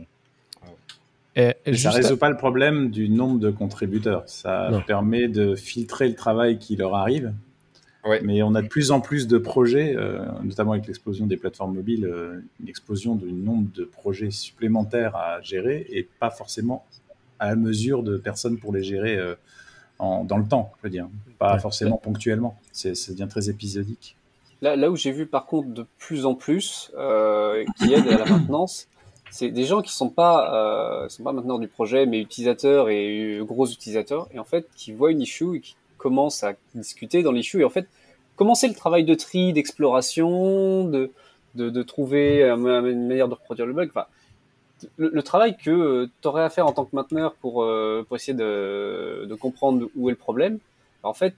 Et Mais ça juste- résout pas le problème du nombre de contributeurs. Ça Non. permet de filtrer le travail qui leur arrive. Ouais. Mais on a de plus en plus de projets, euh, notamment avec l'explosion des plateformes mobiles, euh, une explosion du nombre de projets supplémentaires à gérer et pas forcément à la mesure de personnes pour les gérer euh, en, dans le temps, je veux dire. Pas Ouais. forcément ponctuellement. C'est, ça devient très épisodique. Là, là où j'ai vu par contre de plus en plus euh, qui aident à la maintenance, c'est des gens qui sont pas euh, sont pas mainteneurs du projet, mais utilisateurs et euh, gros utilisateurs, et en fait qui voient une issue et qui commencent à discuter dans l'issue et en fait commencer le travail de tri, d'exploration, de de, de trouver une manière de reproduire le bug. Enfin, le, le travail que euh, tu aurais à faire en tant que mainteneur pour euh, pour essayer de de comprendre où est le problème. En fait,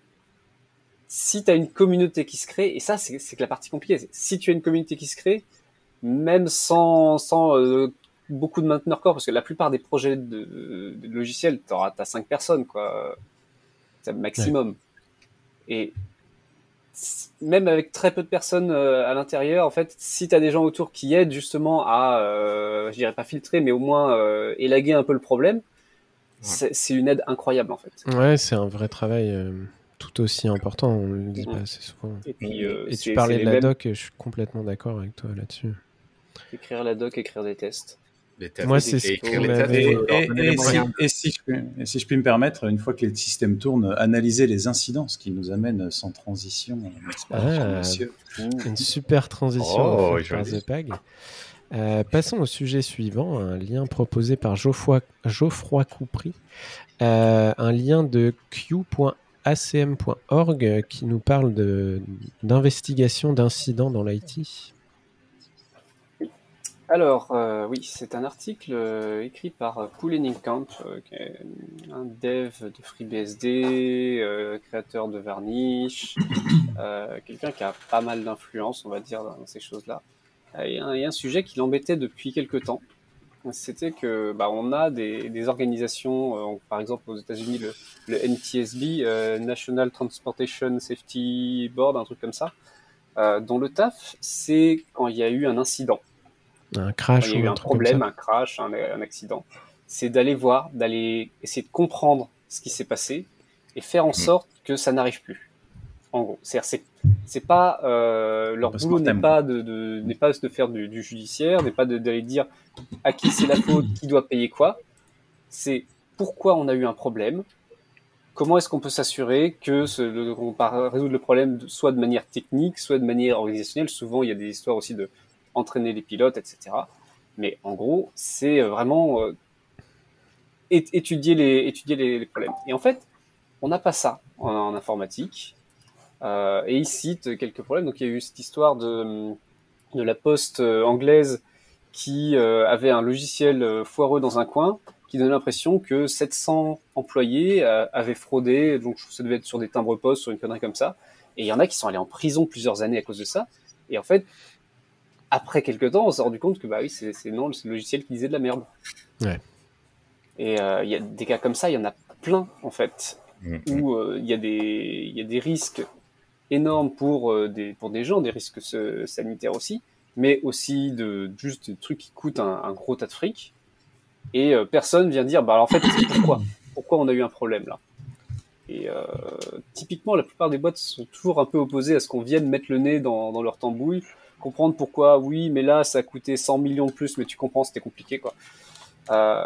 si tu as une communauté qui se crée, et ça, c'est, c'est que la partie compliquée, c'est, si tu as une communauté qui se crée, même sans, sans euh, beaucoup de mainteneurs corps, parce que la plupart des projets de, de logiciels, tu as cinq personnes, quoi, c'est le maximum. Ouais. Et même avec très peu de personnes euh, à l'intérieur, en fait, si tu as des gens autour qui aident justement à, euh, je dirais pas filtrer, mais au moins euh, élaguer un peu le problème, ouais. c'est, c'est une aide incroyable, en fait. Ouais, c'est un vrai travail. Euh... tout aussi important, on le dit pas assez souvent. Et, puis, euh, et tu parlais de la mêmes... doc, je suis complètement d'accord avec toi là-dessus. Écrire la doc, écrire des tests. Des tests. Moi, c'est ce qui m'avait... Et, et, et, si, et, si je, et si je puis me permettre, une fois que les systèmes tournent, analyser les incidents, ce qui nous amène sans transition, n'est-ce pas, ah, monsieur une super transition oh, par The Pag. Euh, passons au sujet suivant, un lien proposé par Geoffroy, Geoffroy Coupry, euh, un lien de q point a c m point org qui nous parle de, d'investigation d'incidents dans l'I T. Alors, euh, oui, c'est un article euh, écrit par euh, Pouleningkamp, euh, qui est un dev de FreeBSD, euh, créateur de Varnish, euh, quelqu'un qui a pas mal d'influence, on va dire, dans ces choses-là. Il y a un, il y a un sujet qui l'embêtait depuis quelques temps. C'était que bah, on a des, des organisations, euh, par exemple aux États-Unis, le, le N T S B, euh, National Transportation Safety Board, un truc comme ça, euh, dont le taf, c'est quand il y a eu un incident. Un crash quand il y a ou eu un un truc comme problème, ça. un crash, un, un accident, c'est d'aller voir, d'aller essayer de comprendre ce qui s'est passé et faire en sorte que ça n'arrive plus. En gros, c'est c'est c'est pas euh, leur Post boulot n'est mortem. pas de, de n'est pas de faire du, du judiciaire, n'est pas de- d'aller dire à qui c'est la faute, qui doit payer quoi. C'est pourquoi on a eu un problème. Comment est-ce qu'on peut s'assurer que ce, le, on va résoudre le problème de- soit de manière technique, soit de manière organisationnelle. Souvent, il y a des histoires aussi de entraîner les pilotes, et cetera. Mais en gros, c'est vraiment euh, é- étudier, les, étudier les, les problèmes. Et en fait, on n'a pas ça en, en informatique. Euh, et il cite quelques problèmes. Donc, il y a eu cette histoire de, de la poste euh, anglaise qui euh, avait un logiciel euh, foireux dans un coin, qui donnait l'impression que sept cents employés euh, avaient fraudé, donc ça devait être sur des timbres-poste, sur une connerie comme ça. Et il y en a qui sont allés en prison plusieurs années à cause de ça. Et en fait, après quelques temps, on s'est rendu compte que bah oui, c'est, c'est non, c'est le logiciel qui disait de la merde. Ouais. Et il euh, y a des cas comme ça, il y en a plein en fait, Mhm. où il euh, y a des, il y a des risques énormes pour euh, des pour des gens, des risques euh, sanitaires aussi, mais aussi de juste des trucs qui coûtent un, un gros tas de fric. Et euh, personne vient dire, bah alors, en fait, pourquoi Pourquoi on a eu un problème là Et euh, typiquement, la plupart des boîtes sont toujours un peu opposées à ce qu'on vienne mettre le nez dans, dans leur tambouille, comprendre pourquoi, oui, mais là, ça a coûté cent millions de plus, mais tu comprends, c'était compliqué, quoi. Euh,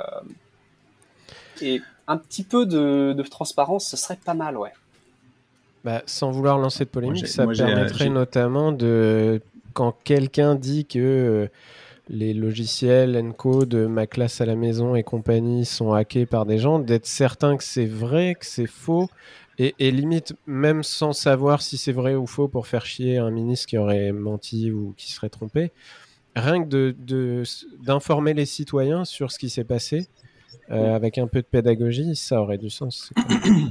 et un petit peu de, de transparence, ce serait pas mal, ouais. Bah, sans vouloir lancer de polémique, Moi, j'ai- ça moi, j'ai, euh, permettrait j'ai- notamment de, quand quelqu'un dit que euh, les logiciels Encode, ma classe à la maison et compagnie sont hackés par des gens, d'être certain que c'est vrai, que c'est faux, et, et limite, même sans savoir si c'est vrai ou faux pour faire chier un ministre qui aurait menti ou qui serait trompé, rien que de, de, d'informer les citoyens sur ce qui s'est passé, euh, avec un peu de pédagogie, ça aurait du sens. C'est cool.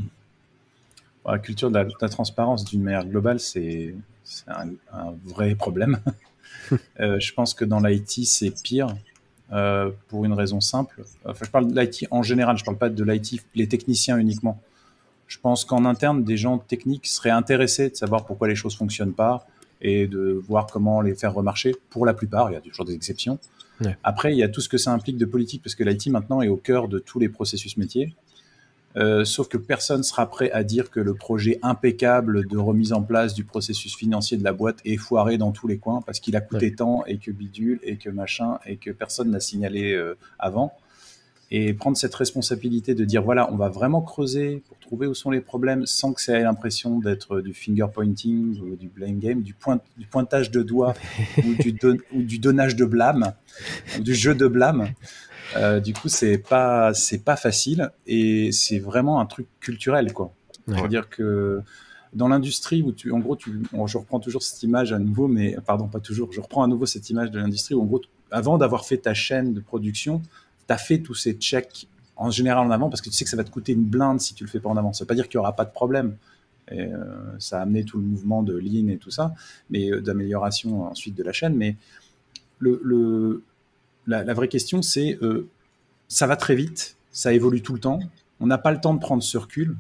La culture de la, de la transparence d'une manière globale, c'est c'est un, un vrai problème. Euh, je pense que dans l'I T, c'est pire euh, pour une raison simple. Enfin, je parle de l'I T en général, je parle pas de l'I T, les techniciens uniquement. Je pense qu'en interne, des gens techniques seraient intéressés de savoir pourquoi les choses fonctionnent pas et de voir comment les faire remarcher. Pour la plupart, il y a toujours des exceptions. Ouais. Après, il y a tout ce que ça implique de politique, parce que l'I T maintenant est au cœur de tous les processus métiers. Euh, sauf que personne sera prêt à dire que le projet impeccable de remise en place du processus financier de la boîte est foiré dans tous les coins parce qu'il a coûté Ouais. tant et que bidule et que machin et que personne n'a signalé euh, avant. Et prendre cette responsabilité de dire voilà, on va vraiment creuser pour trouver où sont les problèmes sans que ça ait l'impression d'être du finger pointing ou du blame game, du, point, du pointage de doigts ou, du don, ou du donnage de blâme, ou du jeu de blâme. Euh, du coup, c'est pas c'est pas facile et c'est vraiment un truc culturel, quoi. Ouais. C'est-à-dire que dans l'industrie où tu, en gros, tu, bon, je reprends toujours cette image à nouveau, mais pardon, pas toujours. Je reprends à nouveau cette image de l'industrie où, en gros, avant d'avoir fait ta chaîne de production, tu as fait tous ces checks en général en avant parce que tu sais que ça va te coûter une blinde si tu le fais pas en avant. Ça veut pas dire qu'il y aura pas de problème. Et, euh, ça a amené tout le mouvement de lean et tout ça, mais euh, d'amélioration ensuite de la chaîne. Mais le, le la, la vraie question, c'est euh, ça va très vite, ça évolue tout le temps. On n'a pas le temps de prendre ce recul.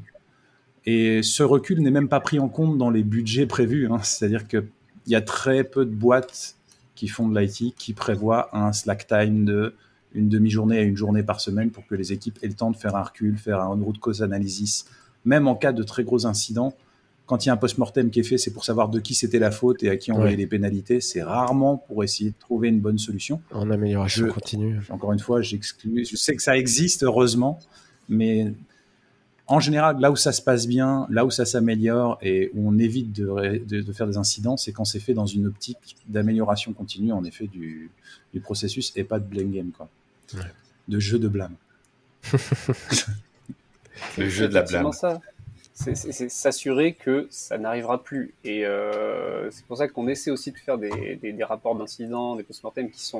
Et ce recul n'est même pas pris en compte dans les budgets prévus. Hein. C'est-à-dire qu'il y a très peu de boîtes qui font de l'I T qui prévoient un slack time de une demi-journée à une journée par semaine pour que les équipes aient le temps de faire un recul, faire un root cause analysis. Même en cas de très gros incidents, quand il y a un post-mortem qui est fait, c'est pour savoir de qui c'était la faute et à qui envoyer Ouais. les pénalités. C'est rarement pour essayer de trouver une bonne solution. En amélioration Je- continue. Encore une fois, j'exclus. Je sais que ça existe, heureusement, mais en général, là où ça se passe bien, là où ça s'améliore et où on évite de, ré- de, de faire des incidents, c'est quand c'est fait dans une optique d'amélioration continue, en effet, du, du processus et pas de blame game, quoi. Ouais. De jeu de blâme. Le C'est jeu de la effectivement blâme. ça. C'est, c'est, c'est s'assurer que ça n'arrivera plus. Et euh, c'est pour ça qu'on essaie aussi de faire des, des, des rapports d'incidents, des post-mortem qui sont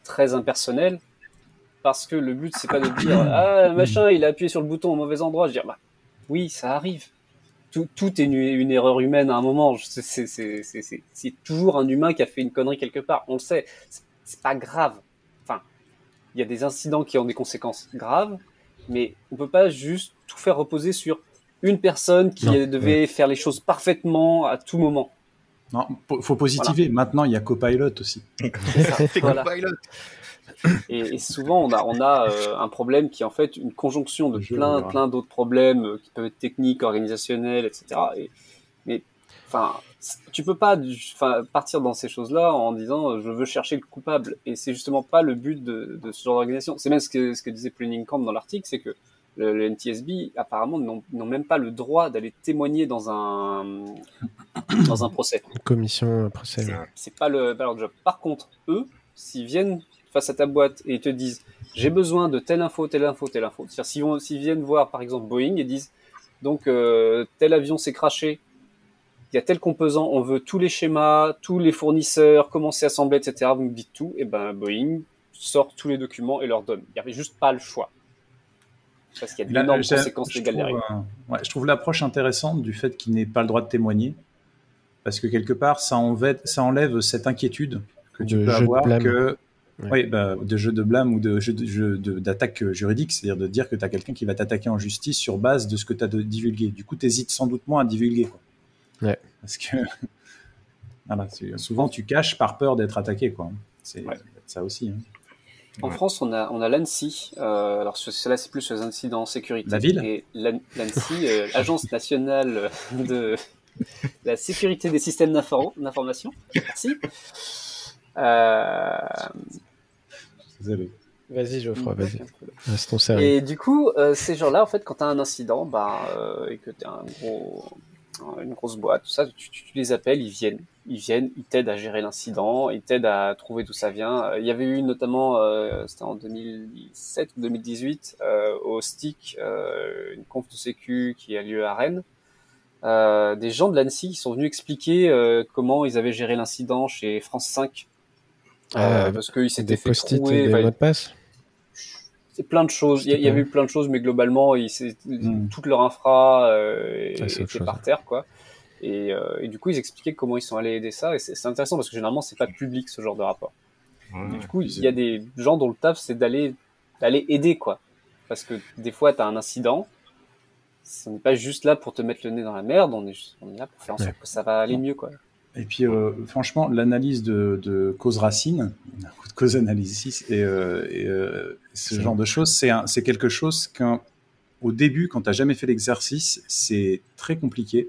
très impersonnel, parce que le but c'est pas de dire ah machin il a appuyé sur le bouton au mauvais endroit. Je veux dire bah oui ça arrive. Tout, tout est une, une erreur humaine à un moment. C'est, c'est, c'est, c'est, c'est, c'est toujours un humain qui a fait une connerie quelque part. On le sait. C'est, c'est pas grave. Enfin, il y a des incidents qui ont des conséquences graves, mais on peut pas juste tout faire reposer sur une personne qui non, devait ouais. faire les choses parfaitement à tout moment. Non, faut positiver. Voilà. Maintenant, il y a Copilot aussi. C'est ça, voilà. Copilot. Et, et souvent, on a, on a euh, un problème qui est en fait une conjonction de Je plein, plein d'autres problèmes euh, qui peuvent être techniques, organisationnels, et cetera. Et, mais, enfin, tu peux pas, enfin, partir dans ces choses-là en disant euh, je veux chercher le coupable. Et c'est justement pas le but de, de ce genre d'organisation. C'est même ce que, ce que disait Planning Camp dans l'article, c'est que le, le N T S B apparemment n'ont, n'ont même pas le droit d'aller témoigner dans un dans un procès. Commission, un procès. C'est, c'est pas, le, pas leur job. Par contre, eux, s'ils viennent face à ta boîte et ils te disent j'ai besoin de telle info, telle info, telle info. C'est-à-dire s'ils, vont, s'ils viennent voir par exemple Boeing et disent donc euh, tel avion s'est crashé, il y a tel composant, on veut tous les schémas, tous les fournisseurs, comment c'est assemblé, et cetera. Vous me dites tout, et ben Boeing sort tous les documents et leur donne. Il n'y avait juste pas le choix. Parce qu'il y a d'énormes Là, conséquences légales derrière. Euh, ouais, je trouve l'approche intéressante du fait qu'il n'ait pas le droit de témoigner. Parce que quelque part, ça enlève, ça enlève cette inquiétude que tu de peux avoir que, ouais. oui, bah, de jeu de blâme ou de jeu, de, jeu de, d'attaque juridique, c'est-à-dire de dire que tu as quelqu'un qui va t'attaquer en justice sur base de ce que tu as divulgué. Du coup, tu hésites sans doute moins à divulguer. Quoi. Ouais. Parce que voilà, souvent, tu caches par peur d'être attaqué. Quoi. C'est ouais. ça aussi. Hein. En ouais. France, on a, on a l'ANSSI. Euh, alors, cela, c'est plus les incidents en sécurité. La ville et l'ANSSI, euh, Agence nationale de la sécurité des systèmes d'infor- d'information. Merci. Euh... Désolé. Vas-y, Geoffroy, vas-y. Restons sérieux. Et du coup, euh, ces gens-là, en fait, quand tu as un incident bah, euh, et que tu as un gros, une grosse boîte, tout ça, tu, tu, tu les appelles, ils viennent. Ils viennent, ils t'aident à gérer l'incident, ils t'aident à trouver d'où ça vient. Il y avait eu notamment, euh, c'était en deux mille dix-sept ou deux mille dix-huit, euh, au STIC, euh, une conf de sécu qui a lieu à Rennes. Euh, des gens de l'ANSSI qui sont venus expliquer euh, comment ils avaient géré l'incident chez France cinq. Euh, ah, parce qu'ils s'étaient fait trouer. Des enfin, mots de passe. C'est plein de choses. Il y, y avait eu plein de choses, mais globalement, ils, mm. toute leur infra euh, ah, était par chose. terre, quoi. Et, euh, et du coup, ils expliquaient comment ils sont allés aider ça. Et c'est, c'est intéressant parce que généralement, c'est pas public ce genre de rapport. Ouais, et du coup, il y a des gens dont le taf, c'est d'aller, d'aller aider, quoi. Parce que des fois, t'as un incident. On n'est pas juste là pour te mettre le nez dans la merde. On est, juste, on est là pour faire en sorte ouais. que ça va aller mieux, quoi. Et puis, euh, franchement, l'analyse de, de cause-racine, de cause-analysis et, euh, et euh, ce c'est genre de choses, c'est, un, c'est quelque chose qu'au début, quand tu n'as jamais fait l'exercice, c'est très compliqué.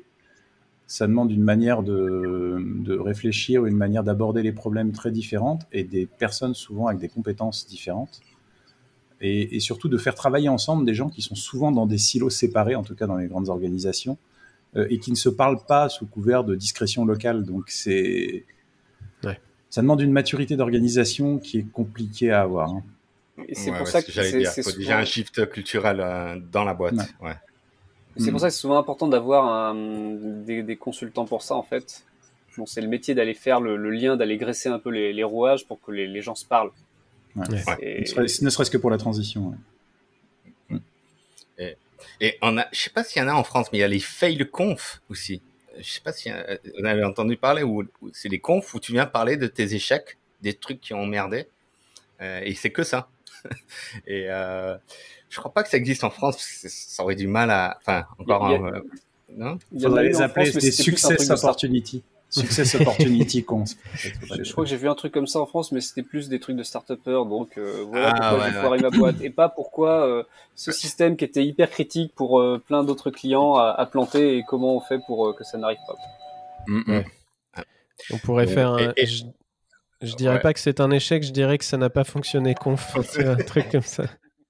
Ça demande une manière de, de réfléchir, une manière d'aborder les problèmes très différentes et des personnes souvent avec des compétences différentes. Et, et surtout de faire travailler ensemble des gens qui sont souvent dans des silos séparés, en tout cas dans les grandes organisations, euh, et qui ne se parlent pas sous couvert de discrétion locale. Donc c'est, ouais. ça demande une maturité d'organisation qui est compliquée à avoir. Hein. Et c'est ouais, pour ouais, ça que que j'allais c'est, dire. c'est faut souvent... déjà un shift culturel euh, dans la boîte. Ouais. Ouais. C'est pour ça que c'est souvent important d'avoir un, des, des consultants pour ça, en fait. Bon, c'est le métier d'aller faire le, le lien, d'aller graisser un peu les, les rouages pour que les, les gens se parlent. Ouais. Et... Ne, serait, ne serait-ce que pour la transition. Ouais. Et, et on a, je sais pas s'il y en a en France, mais il y a les fail conf aussi. Je sais pas si on avait entendu parler, ou c'est les confs où tu viens parler de tes échecs, des trucs qui ont merdé, euh, et c'est que ça. Et euh, je crois pas que ça existe en France, ça aurait du mal à, enfin, encore il y a, un, euh, non? Il faudrait les appeler France, des success opportunity. Success opportunity conf. Je, je crois que j'ai vu un truc comme ça en France, mais c'était plus des trucs de start-upers, donc euh, voilà ah, pourquoi ouais, j'ai foiré ouais. ma boîte, et pas pourquoi euh, ce système qui était hyper critique pour euh, plein d'autres clients a, a planté, et comment on fait pour euh, que ça n'arrive pas. Mm-hmm. Ouais. On pourrait et, faire un... Et, et... Je, je dirais ouais. pas que c'est un échec, je dirais que ça n'a pas fonctionné conf, c'est un truc comme ça.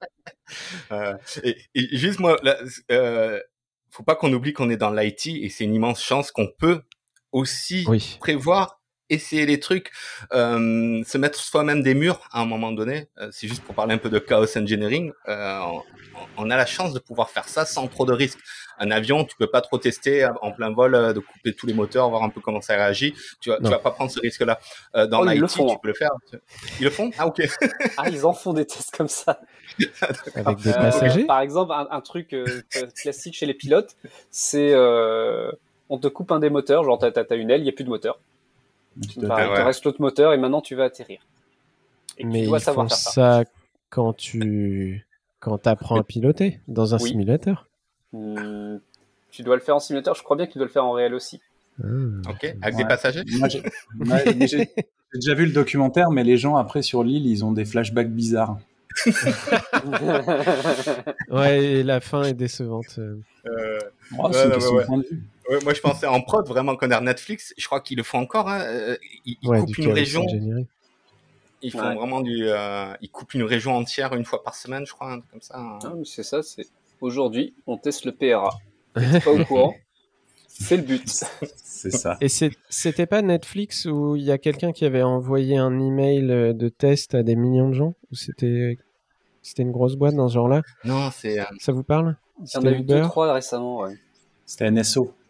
Euh, et, et juste moi, là, euh, faut pas qu'on oublie qu'on est dans l'I T, et c'est une immense chance qu'on peut aussi oui. prévoir essayer les trucs, euh, se mettre soi-même des murs à un moment donné. Euh, c'est juste pour parler un peu de chaos engineering. Euh, on, on a la chance de pouvoir faire ça sans trop de risques. Un avion, tu peux pas trop tester en plein vol, de couper tous les moteurs, voir un peu comment ça réagit. Tu vas, tu vas pas prendre ce risque-là. Euh, dans oh, l'I T, le font, tu hein. peux le faire. Ils le font? Ah, ok. Ah, ils en font des tests comme ça. Avec des Euh, passagers. par exemple, un, un truc euh, classique chez les pilotes, c'est euh, on te coupe un des moteurs, genre t'as, t'as, t'as une aile, il n'y a plus de moteur. Tu Enfin, dois- il te ouais. reste l'autre moteur et maintenant tu vas atterrir. Et Mais tu dois ils savoir font faire ça. ça quand tu quand t'apprends à piloter dans un Oui. simulateur. Hmm, tu dois le faire en simulateur, je crois bien que tu dois le faire en réel aussi. Ah. Ok. Avec Ouais. des passagers? Moi, j'ai ouais, mais j'ai- j'ai déjà vu le documentaire, mais les gens après sur l'île, ils ont des flashbacks bizarres. Ouais, et la fin est décevante. Euh, Oh, Ouais, c'est une non, question ouais, de point de vue. ouais, moi, je pensais en prod, vraiment, qu'on a Netflix. Je crois qu'ils le font encore. Hein. euh, Ils, ils Ouais, coupent du une chaos région. engineering. Ils font Ouais. vraiment du. Euh, ils coupent une région entière une fois par semaine, je crois, un truc comme ça. hein. Ah, mais c'est ça, c'est aujourd'hui on teste le P R A. T'es pas au courant, c'est le but. C'est ça. Et c'est- c'était pas Netflix où il y a quelqu'un qui avait envoyé un email euh, de test à des millions de gens? Ou c'était c'était une grosse boîte dans ce genre-là? Non, c'est. euh, Ça vous parle? Il y en C'était a eu deux, Uber. trois récemment. Ouais. C'était N S O.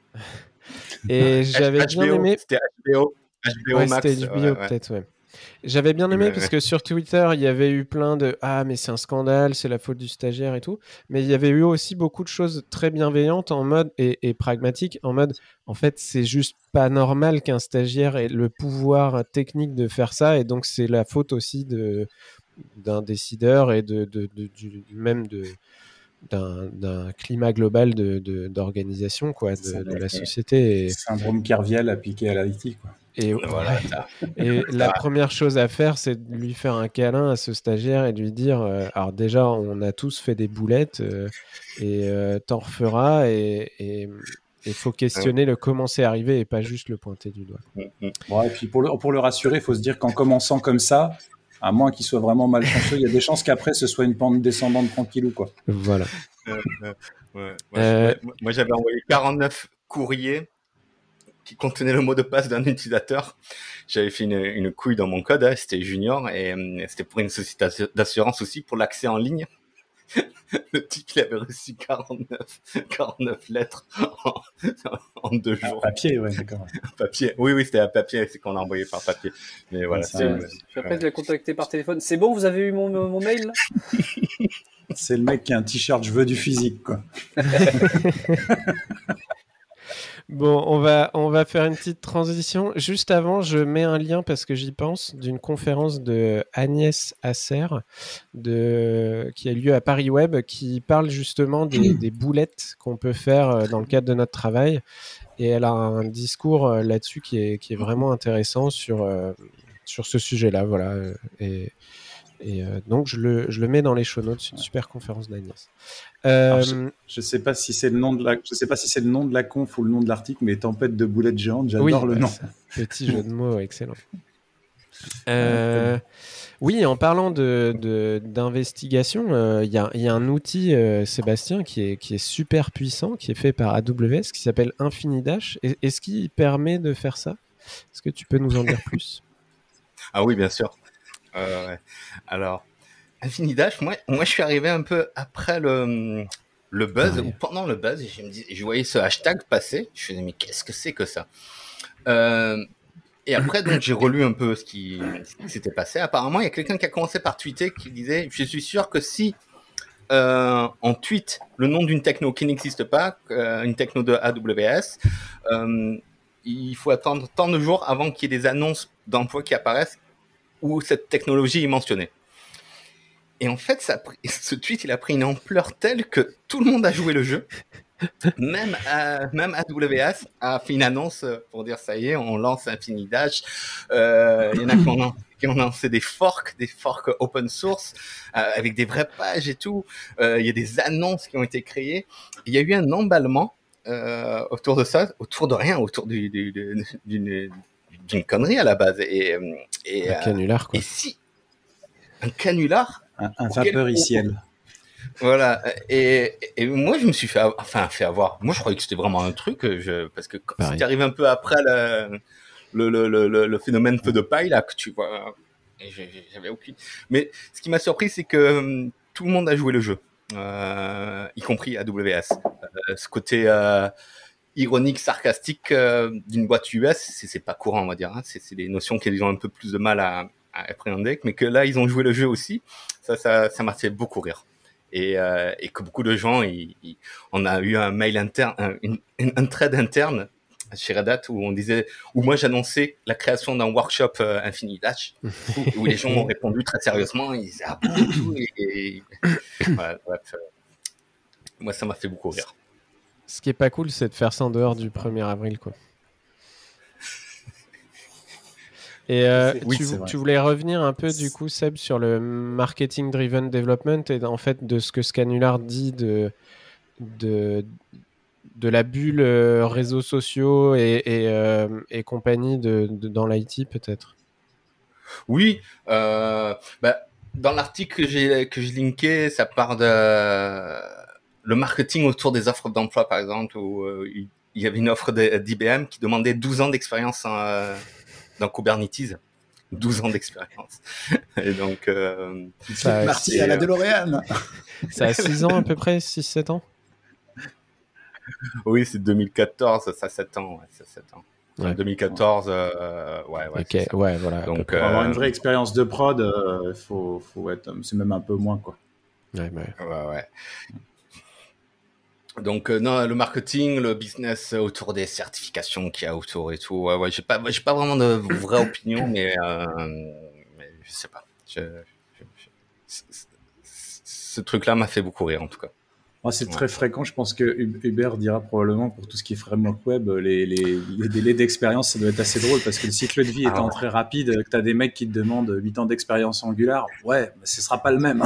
Et j'avais H- bien HBO, aimé. C'était H B O. H B O Ouais, Max. c'était H B O ouais, ouais. peut-être, ouais. J'avais bien aimé Ouais, parce ouais. que sur Twitter, il y avait eu plein de « Ah, mais c'est un scandale, c'est la faute du stagiaire et tout ». Mais il y avait eu aussi beaucoup de choses très bienveillantes en mode et, et pragmatiques, en mode « En fait, c'est juste pas normal qu'un stagiaire ait le pouvoir technique de faire ça et donc c'est la faute aussi de, d'un décideur et de, de, de- du, même de... » D'un, d'un climat global de, de- d'organisation quoi, Ça, de, de ouais, la ouais. société. Et, Syndrome Kerviel appliqué à l'I T, quoi. et, Voilà, ouais. ça. Et la Ouais. première chose à faire, c'est de lui faire un câlin à ce stagiaire et de lui dire euh, alors déjà, on a tous fait des boulettes euh, et euh, t'en referas et et il faut questionner le comment c'est arrivé et pas juste le pointer du doigt. Mm, mm. Bon, et puis pour le, pour le rassurer, il faut se dire qu'en commençant comme ça, à moins qu'il soit vraiment malchanceux, il y a des chances qu'après ce soit une pente descendante tranquillou, quoi. Voilà. Euh, euh, ouais. Moi, Euh, moi, moi, j'avais envoyé quarante-neuf courriers qui contenaient le mot de passe d'un utilisateur. J'avais fait une, une couille dans mon code, hein, c'était junior, et euh, c'était pour une société d'assurance aussi, pour l'accès en ligne. Le type, il avait reçu quarante-neuf, quarante-neuf lettres en, en deux Ah, jours. papier, ouais, d'accord. Papier. Oui, oui, c'était à papier, c'est qu'on l'a envoyé par papier. Mais voilà, Ouais, ça, c'est... Euh, puis après, je l'ai contacté par téléphone. C'est bon, vous avez eu mon, mon mail là? C'est le mec qui a un t-shirt, je veux du physique, quoi. Bon, on va, on va faire une petite transition. Juste avant, je mets un lien parce que j'y pense d'une conférence de Agnès Asser de, qui a lieu à Paris Web qui parle justement des, des boulettes qu'on peut faire dans le cadre de notre travail. Et elle a un discours là-dessus qui est, qui est vraiment intéressant sur, euh, sur ce sujet-là. Voilà. Et, et euh, donc, je le, je le mets dans les show notes. C'est une super conférence d'Agnès. Euh, Alors, je, je sais pas si c'est le nom de la, je sais pas si c'est le nom de la conf ou le nom de l'article, mais tempête de boulettes géantes, j'adore oui, le bah, nom. ça, petit jeu de mots, excellent. Euh, oui, en parlant de, de, d'investigation, il euh, y, y a un outil, euh, Sébastien, qui est, qui est super puissant, qui est fait par A W S, qui s'appelle Infinidash. Et, est-ce qu'il permet de faire ça? Est-ce que tu peux nous en dire plus? Ah oui, bien sûr. Euh, ouais. Alors, Infinidash, moi, moi, je suis arrivé un peu après le, le buzz, Ouais. ou pendant le buzz, et je me dis, je voyais ce hashtag passer, je me disais, mais qu'est-ce que c'est que ça? euh, Et après, donc, j'ai relu un peu ce qui, ce qui s'était passé. Apparemment, il y a quelqu'un qui a commencé par tweeter qui disait, je suis sûr que si euh, on tweet le nom d'une techno qui n'existe pas, euh, une techno de A W S, euh, il faut attendre tant de jours avant qu'il y ait des annonces d'emploi qui apparaissent où cette technologie est mentionnée. Et en fait, ça a pris, ce tweet, il a pris une ampleur telle que tout le monde a joué le jeu. Même, euh, même A W S a fait une annonce pour dire ça y est, on lance Infinidash. Euh, il y en a qui ont, qui ont lancé des forks, des forks open source euh, avec des vraies pages et tout. Euh, il y a des annonces qui ont été créées. Il y a eu un emballement euh, autour de ça, autour de rien, autour du, du, du, d'une, d'une connerie à la base. Et, et, Un canular, quoi. Et si un canular, Un, un vapeuriciel. voilà. Et, et moi, je me suis fait, enfin, fait avoir. Moi, je croyais que c'était vraiment un truc, je, parce que quand Pareil. c'était arrivé un peu après le, le, le, le, le phénomène feu de paille là que tu vois. Et j'avais aucune. Mais ce qui m'a surpris, c'est que hum, tout le monde a joué le jeu, euh, y compris A W S. Euh, ce côté euh, ironique, sarcastique euh, d'une boîte U S, c'est, c'est pas courant, on va dire. Hein. C'est, c'est des notions qu'ils ont un peu plus de mal à, à appréhender, mais que là, ils ont joué le jeu aussi. Ça, ça, ça m'a fait beaucoup rire. Et, euh, et que beaucoup de gens, ils, ils, on a eu un mail interne, un, une, un thread interne chez Red Hat où on disait, où moi j'annonçais la création d'un workshop euh, Infinidash, où, où les gens m'ont répondu très sérieusement, ils disaient ah bon et tout, et, et... Voilà, bref, euh, moi ça m'a fait beaucoup rire. Ce qui est pas cool, c'est de faire ça en dehors du premier avril, quoi. Et euh, oui, tu, tu voulais revenir un peu du coup, Seb, sur le marketing driven development et en fait de ce que Scanular dit de de de la bulle euh, réseaux sociaux et, et, euh, et compagnie de, de, dans l'I T peut-être. Oui, euh, bah, dans l'article que j'ai que j'ai linké, ça part de le marketing autour des offres d'emploi, par exemple, où euh, il y avait une offre d'I B M qui demandait douze ans d'expérience en, euh, dans Kubernetes. douze ans d'expérience. Et donc, euh, ça, Marty à la DeLorean. Ça a six ans à peu près, six sept ans. Oui, c'est deux mille quatorze, ça sept ans, ouais, ça sept ans. Ouais. deux mille quatorze, euh, ouais, ouais. Okay. Ouais, voilà. Donc, pour euh, avoir une vraie expérience de prod, il euh, faut, faut être, c'est même un peu moins, quoi. Ouais, bah... ouais, ouais. Donc euh, non, le marketing, le business autour des certifications qu'il y a autour et tout. Ouais, ouais, j'ai pas, j'ai pas vraiment de vraie opinion, mais, euh, mais je sais pas. Je, je, je, ce truc-là m'a fait beaucoup rire en tout cas. Moi, c'est ouais. très fréquent. Je pense que Hubert dira probablement pour tout ce qui est framework web, les, les, les délais d'expérience, ça doit être assez drôle parce que le cycle de vie étant ah ouais. très rapide, que tu as des mecs qui te demandent huit ans d'expérience Angular, ouais, mais ce sera pas le même.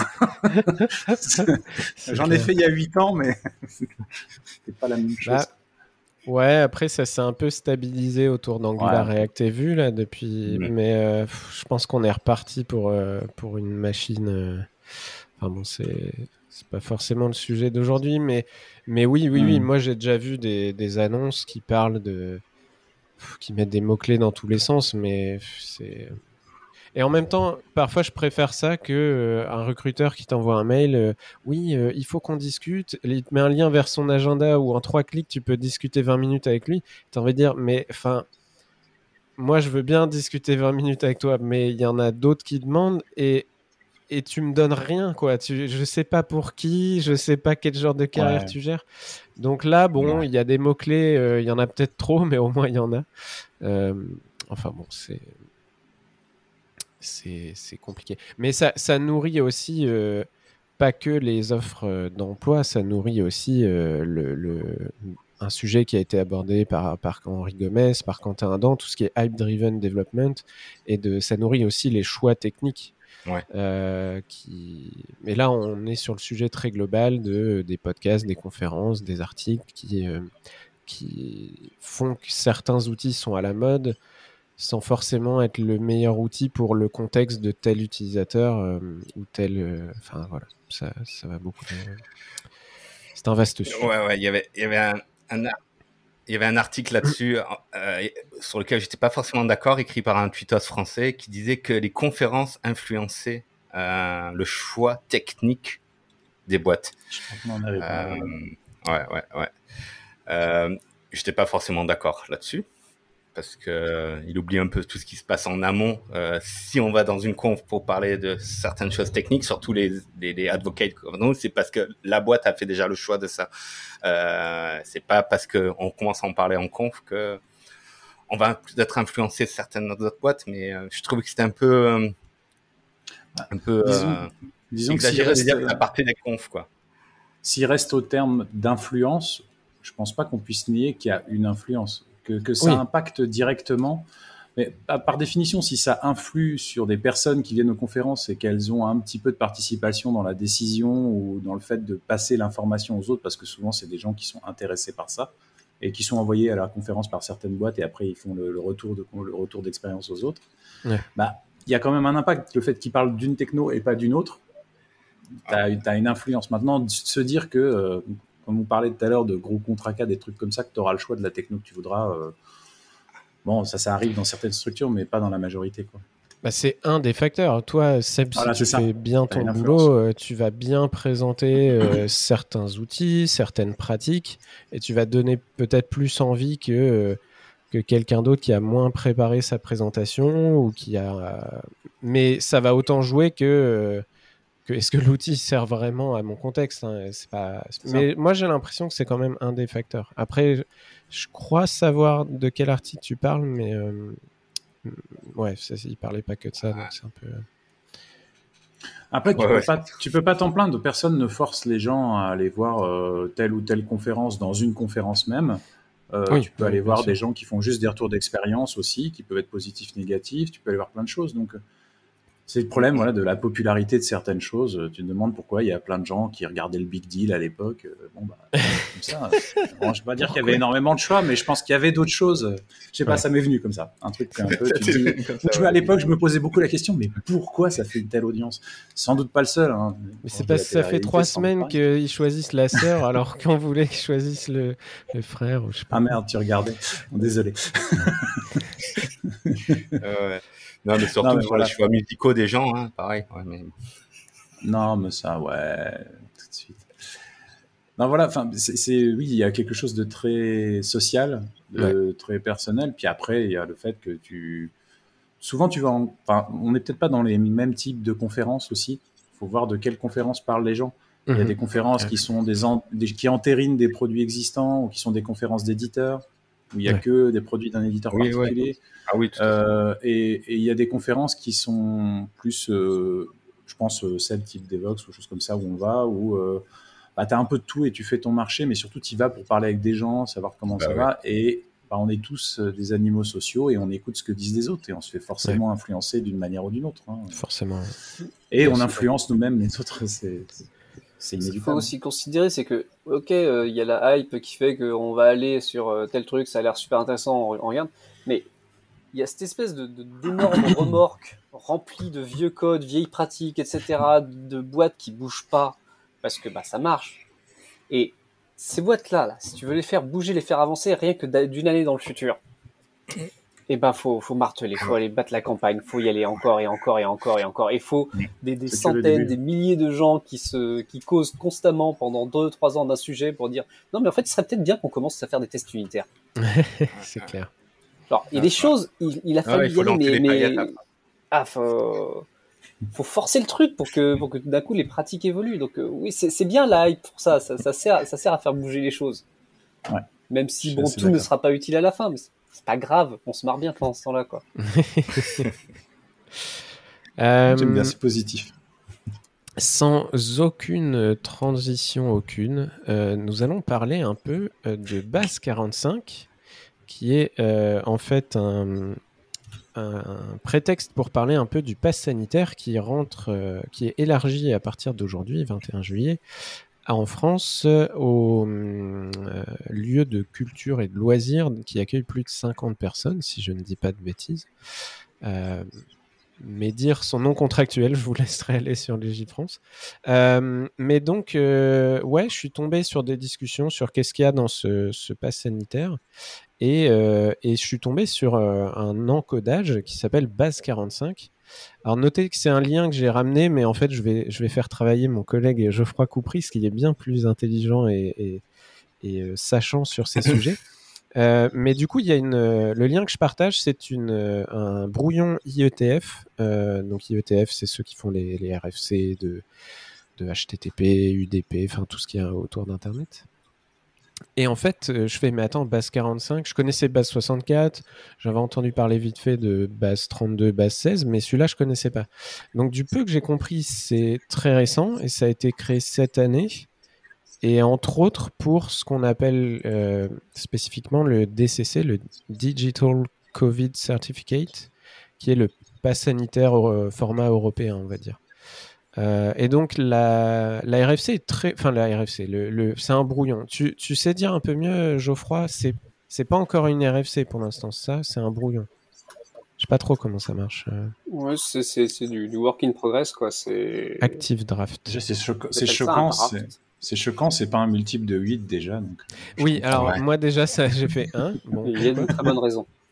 J'en ai fait il y a huit ans, mais c'est pas la même chose. Bah, ouais, après, ça s'est un peu stabilisé autour d'Angular ouais. React et Vue, là, depuis. Mmh. Mais euh, je pense qu'on est reparti pour, euh, pour une machine. Euh... Enfin bon, c'est. C'est pas forcément le sujet d'aujourd'hui, mais, mais oui, oui, mmh. oui. Moi, j'ai déjà vu des, des annonces qui parlent de. qui mettent des mots-clés dans tous les sens, mais c'est. Et en même temps, parfois, je préfère ça qu'un euh, recruteur qui t'envoie un mail. Euh, oui, euh, il faut qu'on discute. Il te met un lien vers son agenda où en trois clics, tu peux discuter vingt minutes avec lui. Tu as envie de dire, mais enfin, moi, je veux bien discuter vingt minutes avec toi, mais il y en a d'autres qui demandent et. Et tu me donnes rien, quoi. Tu, je sais pas pour qui, je sais pas quel genre de carrière ouais. tu gères. Donc là, bon, il ouais. y a des mots-clés, il euh, y en a peut-être trop, mais au moins il y en a. Euh, enfin bon, c'est, c'est, c'est compliqué. Mais ça, ça nourrit aussi, euh, pas que les offres d'emploi, ça nourrit aussi euh, le, le, un sujet qui a été abordé par, par Henri Gomez, par Quentin Adam, tout ce qui est hype-driven development, et de, ça nourrit aussi les choix techniques. Ouais. Euh, qui... Mais là, on est sur le sujet très global de, des podcasts, des conférences, des articles qui, euh, qui font que certains outils sont à la mode sans forcément être le meilleur outil pour le contexte de tel utilisateur euh, ou tel... Euh... Enfin, voilà, ça, ça va beaucoup... De... C'est un vaste sujet. Ouais, ouais, il y avait, il y avait un... un... Il y avait un article là-dessus euh, sur lequel j'étais pas forcément d'accord, écrit par un tweetos français qui disait que les conférences influençaient euh, le choix technique des boîtes. Je crois qu'on en avait parlé. Euh, ouais, ouais, ouais. Euh, j'étais pas forcément d'accord là-dessus parce que euh, il oublie un peu tout ce qui se passe en amont. Euh, si on va dans une conf pour parler de certaines choses techniques, surtout les, les, les advocates comme nous, c'est parce que la boîte a fait déjà le choix de ça. Euh, c'est pas parce que on commence à en parler en conf que on va peut-être influencer certaines autres boîtes, mais euh, je trouve que c'était un peu, euh, un peu disons, euh, disons exagéré reste, de dire à partir des confs, quoi. S'il reste au terme d'influence, je pense pas qu'on puisse nier qu'il y a une influence. Que, que ça oui. impacte directement. Mais par définition, si ça influe sur des personnes qui viennent aux conférences et qu'elles ont un petit peu de participation dans la décision ou dans le fait de passer l'information aux autres, parce que souvent, c'est des gens qui sont intéressés par ça et qui sont envoyés à la conférence par certaines boîtes et après, ils font le, le, retour, de, le retour d'expérience aux autres. Ouais. Bah, il y a quand même un impact. Le fait qu'ils parlent d'une techno et pas d'une autre, tu as une influence. Maintenant, de se dire que... Euh, comme on parlait tout à l'heure de gros contrats, des trucs comme ça, que tu auras le choix de la techno que tu voudras. Euh, Bon, ça, ça arrive dans certaines structures, mais pas dans la majorité, quoi. Bah, c'est un des facteurs. Toi, Seb, Voilà, si tu c'est ça. fais bien T'as ton une boulot, euh, tu vas bien présenter euh, certains outils, certaines pratiques, et tu vas donner peut-être plus envie que, euh, que quelqu'un d'autre qui a moins préparé sa présentation ou qui a. Mais ça va autant jouer que, euh, que est-ce que l'outil sert vraiment à mon contexte, hein. C'est pas. C'est Mais ça. moi, j'ai l'impression que c'est quand même un des facteurs. Après, je crois savoir de quel article tu parles, mais. Euh... Ouais, ça, il parlait pas que de ça, donc c'est un peu. Après, tu Ouais, peux ouais. pas, tu peux pas t'en plaindre. Personne ne force les gens à aller voir euh, telle ou telle conférence dans une conférence même. Euh, Oui, tu peux oui, aller bien voir sûr. des gens qui font juste des retours d'expérience aussi, qui peuvent être positifs, négatifs. Tu peux aller voir plein de choses. Donc, c'est le problème, voilà, de la popularité de certaines choses. Tu te demandes pourquoi il y a plein de gens qui regardaient le Big Deal à l'époque. Bon, bah, comme ça. Bon, je vais pas dire qu'il y avait énormément de choix, mais je pense qu'il y avait d'autres choses. Je sais pas, Ouais. ça m'est venu comme ça. Un truc un peu. Ça Tu t'est te dis, venu comme ça, je, ouais. à l'époque, je me posais beaucoup la question, mais pourquoi ça fait une telle audience? Sans doute pas le seul. Hein. Mais Quand c'est je parce dis que la ça fait télé-réalité, trois sans doute semaines pareil. qu'ils choisissent la sœur, alors qu'on voulait qu'ils choisissent le, le frère. Ou je sais pas. Ah merde, tu regardais. Désolé. Euh, ouais. Non, mais surtout Non, mais sur voilà. les choix musicaux des gens, hein, pareil. Ouais, mais... Non, mais ça, ouais, tout de suite. Non, voilà, enfin, c'est, c'est, oui, il y a quelque chose de très social, de très personnel. Puis après, il y a le fait que tu, souvent, tu vas, en... enfin, on n'est peut-être pas dans les mêmes types de conférences aussi. Il faut voir de quelles conférences parlent les gens. Il y a Mhm. des conférences Ouais. qui sont des, en... des, qui entérinent des produits existants ou qui sont des conférences d'éditeurs où il y a Ouais. que des produits d'un éditeur Oui, ouais. particulier. Ah oui, tout à fait. Euh, et, et il y a des conférences qui sont plus, euh, je pense, euh, celle type Devox ou choses comme ça où on va, où euh, bah, tu as un peu de tout et tu fais ton marché, mais surtout tu y vas pour parler avec des gens, savoir comment Bah ça ouais. va. Et bah, on est tous euh, des animaux sociaux et on écoute ce que disent les autres et on se fait forcément influencer d'une manière ou d'une autre. Hein. Forcément. Et Bien on sûr. influence nous-mêmes les autres, c'est, c'est Ce qu'il faut inévitable. aussi considérer, c'est que, ok, il euh, y a la hype qui fait qu'on va aller sur euh, tel truc, ça a l'air super intéressant, on, on regarde, mais il y a cette espèce de, de, d'énormes remorques remplies de vieux codes, vieilles pratiques, et cetera, de boîtes qui bougent pas, parce que bah, ça marche. Et ces boîtes-là, là, si tu veux les faire bouger, les faire avancer, rien que d'une année dans le futur, et ben faut faut marteler, faut aller battre la campagne, faut y aller encore et encore et encore et encore. Il faut des, des C'est que le centaines, début. des milliers de gens qui se qui causent constamment pendant deux trois ans d'un sujet pour dire non mais en fait il serait peut-être bien qu'on commence à faire des tests unitaires. C'est clair. Alors il y a des choses, il, il a Ah fallu ouais, il y faut aller, lancer mais les mais paillettes. ah faut faut forcer le truc pour que pour que d'un coup les pratiques évoluent. Donc euh, oui c'est c'est bien la hype pour ça, ça ça sert ça sert à faire bouger les choses. Ouais. Même Je si suis bon assez tout ne d'accord. sera pas utile à la fin, mais c'est pas grave, on se marre bien pendant ce temps-là quoi. Euh, J'aime bien, c'est positif. Sans aucune transition aucune, euh, nous allons parler un peu euh, de Base quarante-cinq, qui est euh, en fait un, un prétexte pour parler un peu du pass sanitaire qui rentre, euh, qui est élargi à partir d'aujourd'hui, vingt et un juillet, en France, euh, aux euh, lieux de culture et de loisirs qui accueillent plus de cinquante personnes, si je ne dis pas de bêtises. Euh, mais dire son nom contractuel, je vous laisserai aller sur Légifrance. Euh, mais donc, euh, ouais, je suis tombé sur des discussions sur qu'est-ce qu'il y a dans ce, ce pass sanitaire. Et, euh, et je suis tombé sur euh, un encodage qui s'appelle Base quarante-cinq. Alors, notez que c'est un lien que j'ai ramené, mais en fait, je vais, je vais faire travailler mon collègue Geoffroy Coupris, qui est bien plus intelligent et, et, et euh, sachant sur ces sujets. Euh, mais du coup, il y a une, euh, le lien que je partage, c'est une, euh, un brouillon I E T F. Euh, donc, I E T F, c'est ceux qui font les, les R F C de, de H T T P, U D P, enfin tout ce qu'il y a autour d'Internet. Et en fait, euh, je fais, mais attends, Base quarante-cinq, je connaissais Base soixante-quatre, j'avais entendu parler vite fait de Base trente-deux, Base seize, mais celui-là, je connaissais pas. Donc, du peu que j'ai compris, c'est très récent et ça a été créé cette année. Et entre autres pour ce qu'on appelle euh, spécifiquement le D C C, le Digital Covid Certificate, qui est le pass sanitaire euh, format européen, on va dire. Euh, et donc la, la R F C est très, enfin la R F C, le, le, c'est un brouillon. Tu, tu sais dire un peu mieux, Geoffroy, c'est c'est pas encore une R F C pour l'instant, ça, c'est un brouillon. Je sais pas trop comment ça marche. Euh... Ouais, c'est c'est c'est du, du work in progress quoi. C'est Active draft. Déjà, c'est, choquant, c'est ça, choquant, un draft. c'est, c'est choquant, c'est pas un multiple de huit déjà. Donc, oui, alors ouais. moi déjà, ça, j'ai fait un. Bon, il y a de très bonnes raisons.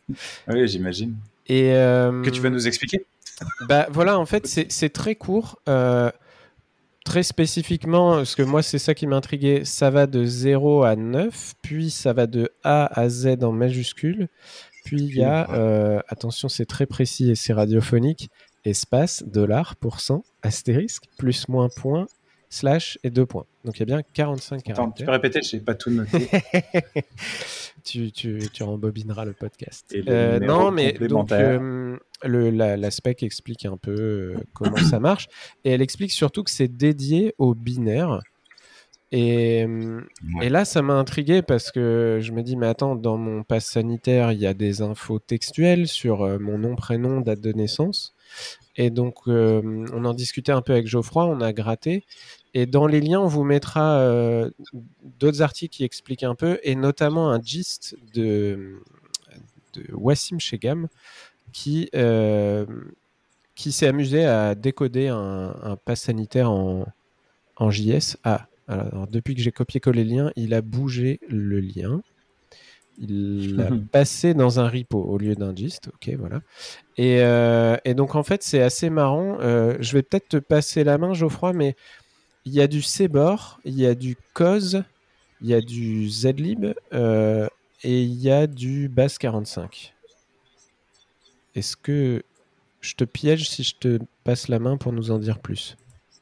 Oui, j'imagine. Et, euh, que tu vas nous expliquer. Bah voilà, en fait, c'est, c'est très court. Euh, très spécifiquement, parce que moi, c'est ça qui m'intriguait, ça va de zéro à neuf, puis ça va de A à Z en majuscule, puis il y a, euh, attention, c'est très précis et c'est radiophonique, espace, dollar, pourcent, astérisque, plus, moins, point, slash et deux points. Donc il y a bien quarante-cinq Attends, caractères. tu peux répéter, je n'ai pas tout noté. tu, tu, tu rembobineras le podcast. Et euh, le non, mais donc, complémentaire. euh, le, la, la spec explique un peu euh, comment ça marche. Et elle explique surtout que c'est dédié au binaire. Et, ouais. et là, ça m'a intrigué parce que je me dis, mais attends, dans mon pass sanitaire, il y a des infos textuelles sur euh, mon nom, prénom, date de naissance. Et donc, euh, on en discutait un peu avec Geoffroy, on a gratté. Et dans les liens, on vous mettra euh, d'autres articles qui expliquent un peu, et notamment un gist de, de Wassim Chegam qui, euh, qui s'est amusé à décoder un, un pass sanitaire en, en J S. Ah, alors, depuis que j'ai copié-collé le lien, il a bougé le lien. Il l'a passé dans un repo au lieu d'un gist. Ok, voilà. Et, euh, et donc, en fait, c'est assez marrant. Euh, je vais peut-être te passer la main, Geoffroy, mais il y a du Cbor, il y a du Cos, il y a du Zlib euh, et il y a du Base quarante-cinq. Est-ce que je te piège si je te passe la main pour nous en dire plus ?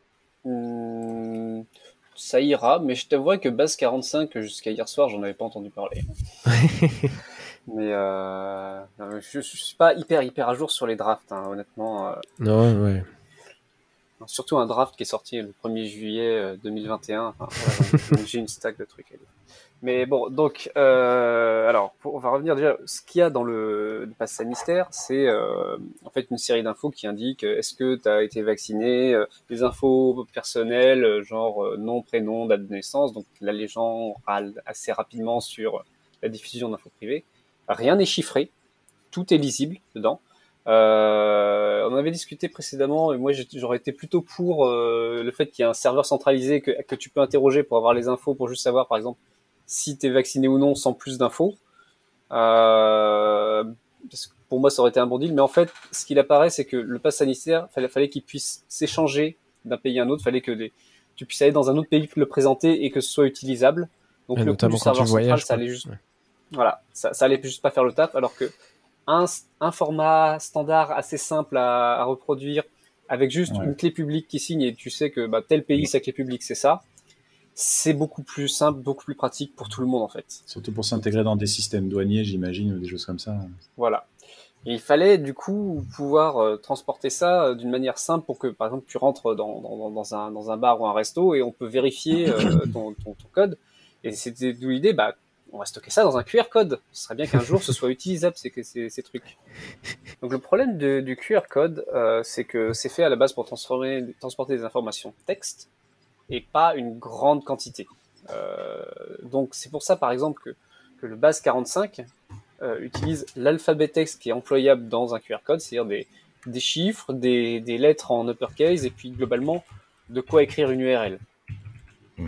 Mmh, ça ira, mais je t'avouerais que Base quarante-cinq, jusqu'à hier soir, j'en avais pas entendu parler. Mais euh, je, je suis pas hyper hyper à jour sur les drafts, hein, honnêtement. Euh, non, ouais. Surtout un draft qui est sorti le premier juillet deux mille vingt et un. Enfin, voilà, j'ai une stack de trucs à lire. Mais bon, donc, euh, alors, pour, on va revenir déjà. Ce qu'il y a dans le, le pass sanitaire, c'est euh, en fait une série d'infos qui indiquent est-ce que tu as été vacciné, euh, des infos personnelles, genre euh, nom, prénom, date de naissance. Donc là, les gens râlent assez rapidement sur la diffusion d'infos privées. Rien n'est chiffré, tout est lisible dedans. Euh, on avait discuté précédemment, et moi j'aurais été plutôt pour euh, le fait qu'il y ait un serveur centralisé que, que tu peux interroger pour avoir les infos, pour juste savoir par exemple si t'es vacciné ou non sans plus d'infos. Euh, parce que pour moi ça aurait été un bon deal, mais en fait ce qu'il apparaît c'est que le pass sanitaire, fallait, fallait qu'il puisse s'échanger d'un pays à un autre, fallait que les, tu puisses aller dans un autre pays le présenter et que ce soit utilisable. Donc et le coût du serveur central, voyages, ça allait juste, ouais. voilà, ça, ça allait juste pas faire le taf, alors que Un, un format standard assez simple à, à reproduire avec juste ouais. une clé publique qui signe et tu sais que bah, tel pays, ouais. sa clé publique, c'est ça. C'est beaucoup plus simple, beaucoup plus pratique pour tout le monde en fait. Surtout pour s'intégrer dans des systèmes douaniers, j'imagine, ou des choses comme ça. Voilà. Et il fallait du coup pouvoir euh, transporter ça euh, d'une manière simple pour que par exemple tu rentres dans, dans, dans, un, dans un bar ou un resto et on peut vérifier euh, ton, ton, ton code. Et c'était d'où l'idée, bah, on va stocker ça dans un Q R code. Ce serait bien qu'un jour ce soit utilisable, ces, ces, ces trucs. Donc le problème de, du Q R code, euh, c'est que c'est fait à la base pour transformer, transporter des informations texte et pas une grande quantité. Euh, donc c'est pour ça par exemple que, que le base quarante-cinq euh, utilise l'alphabet texte qui est employable dans un Q R code, c'est-à-dire des, des chiffres, des, des lettres en uppercase et puis globalement de quoi écrire une U R L. Mm.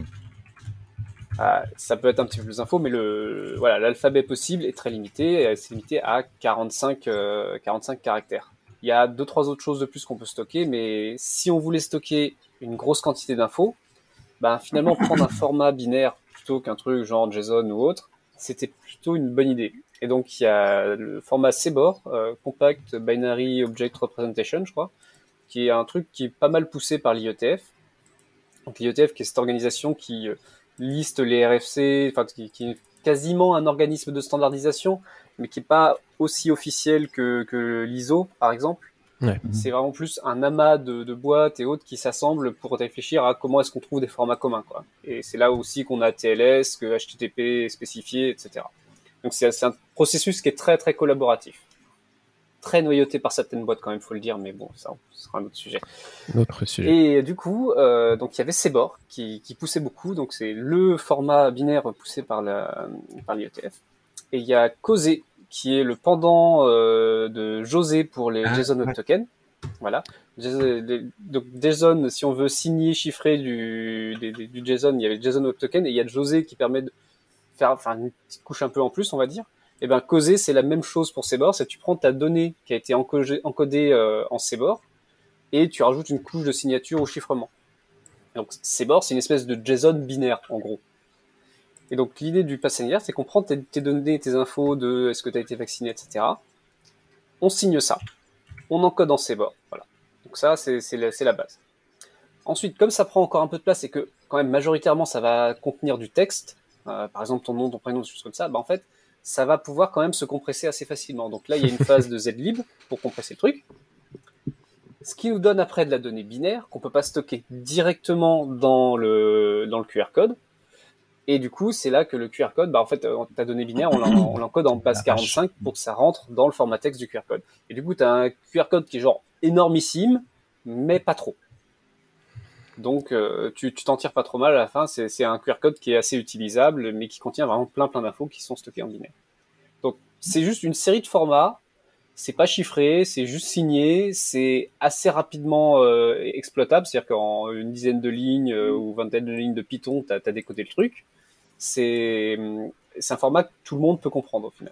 Ah, ça peut être un petit peu plus d'infos, mais le, voilà, l'alphabet possible est très limité. C'est limité à quarante-cinq, euh, quarante-cinq caractères. Il y a deux, trois autres choses de plus qu'on peut stocker, mais si on voulait stocker une grosse quantité d'infos, ben, finalement, prendre un format binaire plutôt qu'un truc genre JSON ou autre, c'était plutôt une bonne idée. Et donc, il y a le format Cbor, euh, Compact Binary Object Representation, je crois, qui est un truc qui est pas mal poussé par l'I E T F. Donc, l'I E T F, qui est cette organisation qui euh, liste les R F C, enfin qui, qui est quasiment un organisme de standardisation, mais qui est pas aussi officiel que, que l'I S O, par exemple. Ouais. C'est vraiment plus un amas de, de boîtes et autres qui s'assemblent pour réfléchir à comment est-ce qu'on trouve des formats communs, quoi. Et c'est là aussi qu'on a T L S, que H T T P spécifié, et cetera. Donc c'est, c'est un processus qui est très très collaboratif. Très noyauté par certaines boîtes quand même, faut le dire, mais bon, ça, ce sera un autre sujet. Autre sujet. Et du coup, euh, donc il y avait Cbor qui, qui poussait beaucoup, donc c'est le format binaire poussé par la par l'I E T F. Et il y a Cosé qui est le pendant euh, de José pour les ah, JSON Web ouais. Tokens. Voilà. Donc JSON, si on veut signer, chiffrer du, du, du JSON, il y avait le JSON Web Token et il y a le José qui permet de faire, enfin une petite couche un peu en plus, on va dire. Et ben causer, c'est la même chose pour C B O R, c'est que tu prends ta donnée qui a été encodée, encodée euh, en C B O R et tu rajoutes une couche de signature au chiffrement. Et donc C B O R, c'est une espèce de JSON binaire en gros. Et donc l'idée du pass sanitaire, c'est qu'on prend tes, tes données, tes infos de est-ce que tu as été vacciné, et cetera. On signe ça, on encode en C B O R. Voilà. Donc ça, c'est, c'est, la, c'est la base. Ensuite, comme ça prend encore un peu de place et que quand même majoritairement ça va contenir du texte, euh, par exemple ton nom, ton prénom, des choses comme ça, bah en fait, ça va pouvoir quand même se compresser assez facilement. Donc là, il y a une phase de zlib pour compresser le truc. Ce qui nous donne après de la donnée binaire qu'on peut pas stocker directement dans le, dans le Q R code. Et du coup, c'est là que le Q R code, bah en fait, ta donnée binaire, on, l'en, on l'encode en base quarante-cinq pour que ça rentre dans le format texte du Q R code. Et du coup, tu as un Q R code qui est genre énormissime, mais pas trop. Donc, euh, tu, tu t'en tires pas trop mal à la fin. C'est, c'est un Q R code qui est assez utilisable, mais qui contient vraiment plein plein d'infos qui sont stockées en binaire. Donc, c'est juste une série de formats. C'est pas chiffré, c'est juste signé. C'est assez rapidement euh, exploitable. C'est-à-dire qu'en une dizaine de lignes euh, ou vingtaine de lignes de Python, t'as, t'as décodé le truc. C'est, c'est un format que tout le monde peut comprendre au final.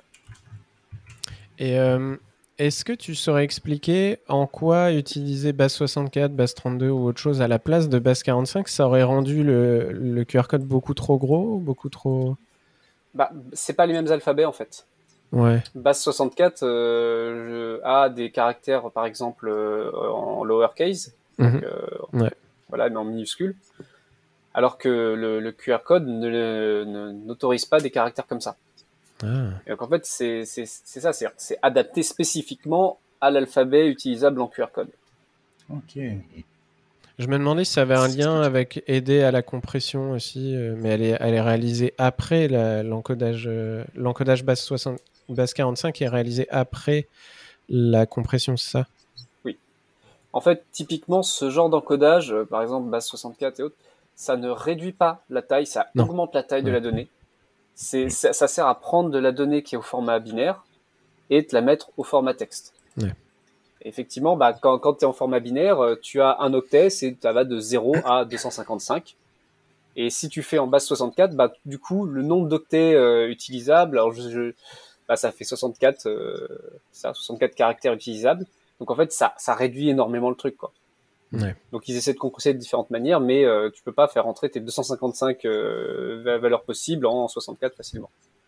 Et euh, est-ce que tu saurais expliquer en quoi utiliser base soixante-quatre, base trente-deux ou autre chose à la place de base quarante-cinq, ça aurait rendu le, le Q R code beaucoup trop gros, beaucoup trop... Bah, c'est pas les mêmes alphabets en fait. Ouais. Base soixante-quatre euh, je, a des caractères par exemple euh, en lowercase, donc Mm-hmm. euh, ouais. voilà, mais en minuscule. Alors que le, le Q R code ne, ne, n'autorise pas des caractères comme ça. Ah. Et donc en fait, c'est, c'est, c'est ça, c'est, c'est adapté spécifiquement à l'alphabet utilisable en Q R code. Ok. Je me demandais si ça avait un lien avec aider à la compression aussi, euh, mais elle est, elle est réalisée après la, l'encodage, euh, l'encodage base, soixante, base quarante-cinq est réalisé après la compression, c'est ça? Oui. En fait, typiquement, ce genre d'encodage, euh, par exemple base soixante-quatre et autres, ça ne réduit pas la taille, ça Non. augmente la taille ouais. de la donnée. C'est, ça, ça sert à prendre de la donnée qui est au format binaire et te la mettre au format texte. Ouais. Effectivement, bah, quand, quand tu es en format binaire, tu as un octet, c'est, ça va de zéro à deux cent cinquante-cinq. Et si tu fais en base soixante-quatre, bah, du coup, le nombre d'octets euh, utilisables, alors je, je, bah, ça fait soixante-quatre, euh, ça, soixante-quatre caractères utilisables. Donc en fait, ça, ça réduit énormément le truc, quoi. Ouais. Donc ils essaient de compresser de différentes manières, mais euh, tu peux pas faire entrer tes deux cent cinquante-cinq euh, valeurs possibles en soixante-quatre facilement.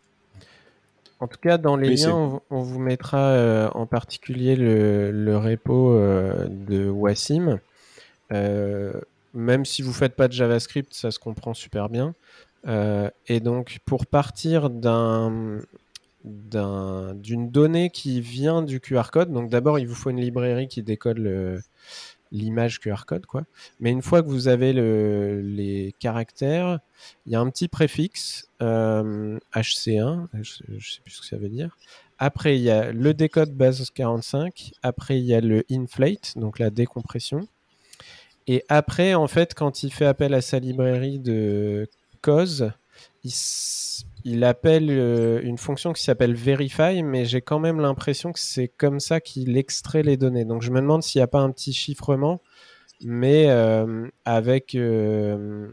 En tout cas, dans les Oui, liens, c'est- on, on vous mettra euh, en particulier le, le repo euh, de Wassim. Euh, même si vous ne faites pas de JavaScript, ça se comprend super bien. Euh, et donc, pour partir d'un, d'un, d'une donnée qui vient du Q R code, donc d'abord, il vous faut une librairie qui décode le, l'image Q R code, quoi. Mais une fois que vous avez le, les caractères, il y a un petit préfixe euh, H C un, je ne sais plus ce que ça veut dire. Après, il y a le décode base quarante-cinq. Après, il y a le inflate, donc la décompression. Et après, en fait, quand il fait appel à sa librairie de cause, il, il appelle euh, une fonction qui s'appelle verify, mais j'ai quand même l'impression que c'est comme ça qu'il extrait les données. Donc, je me demande s'il n'y a pas un petit chiffrement, mais euh, avec... Euh,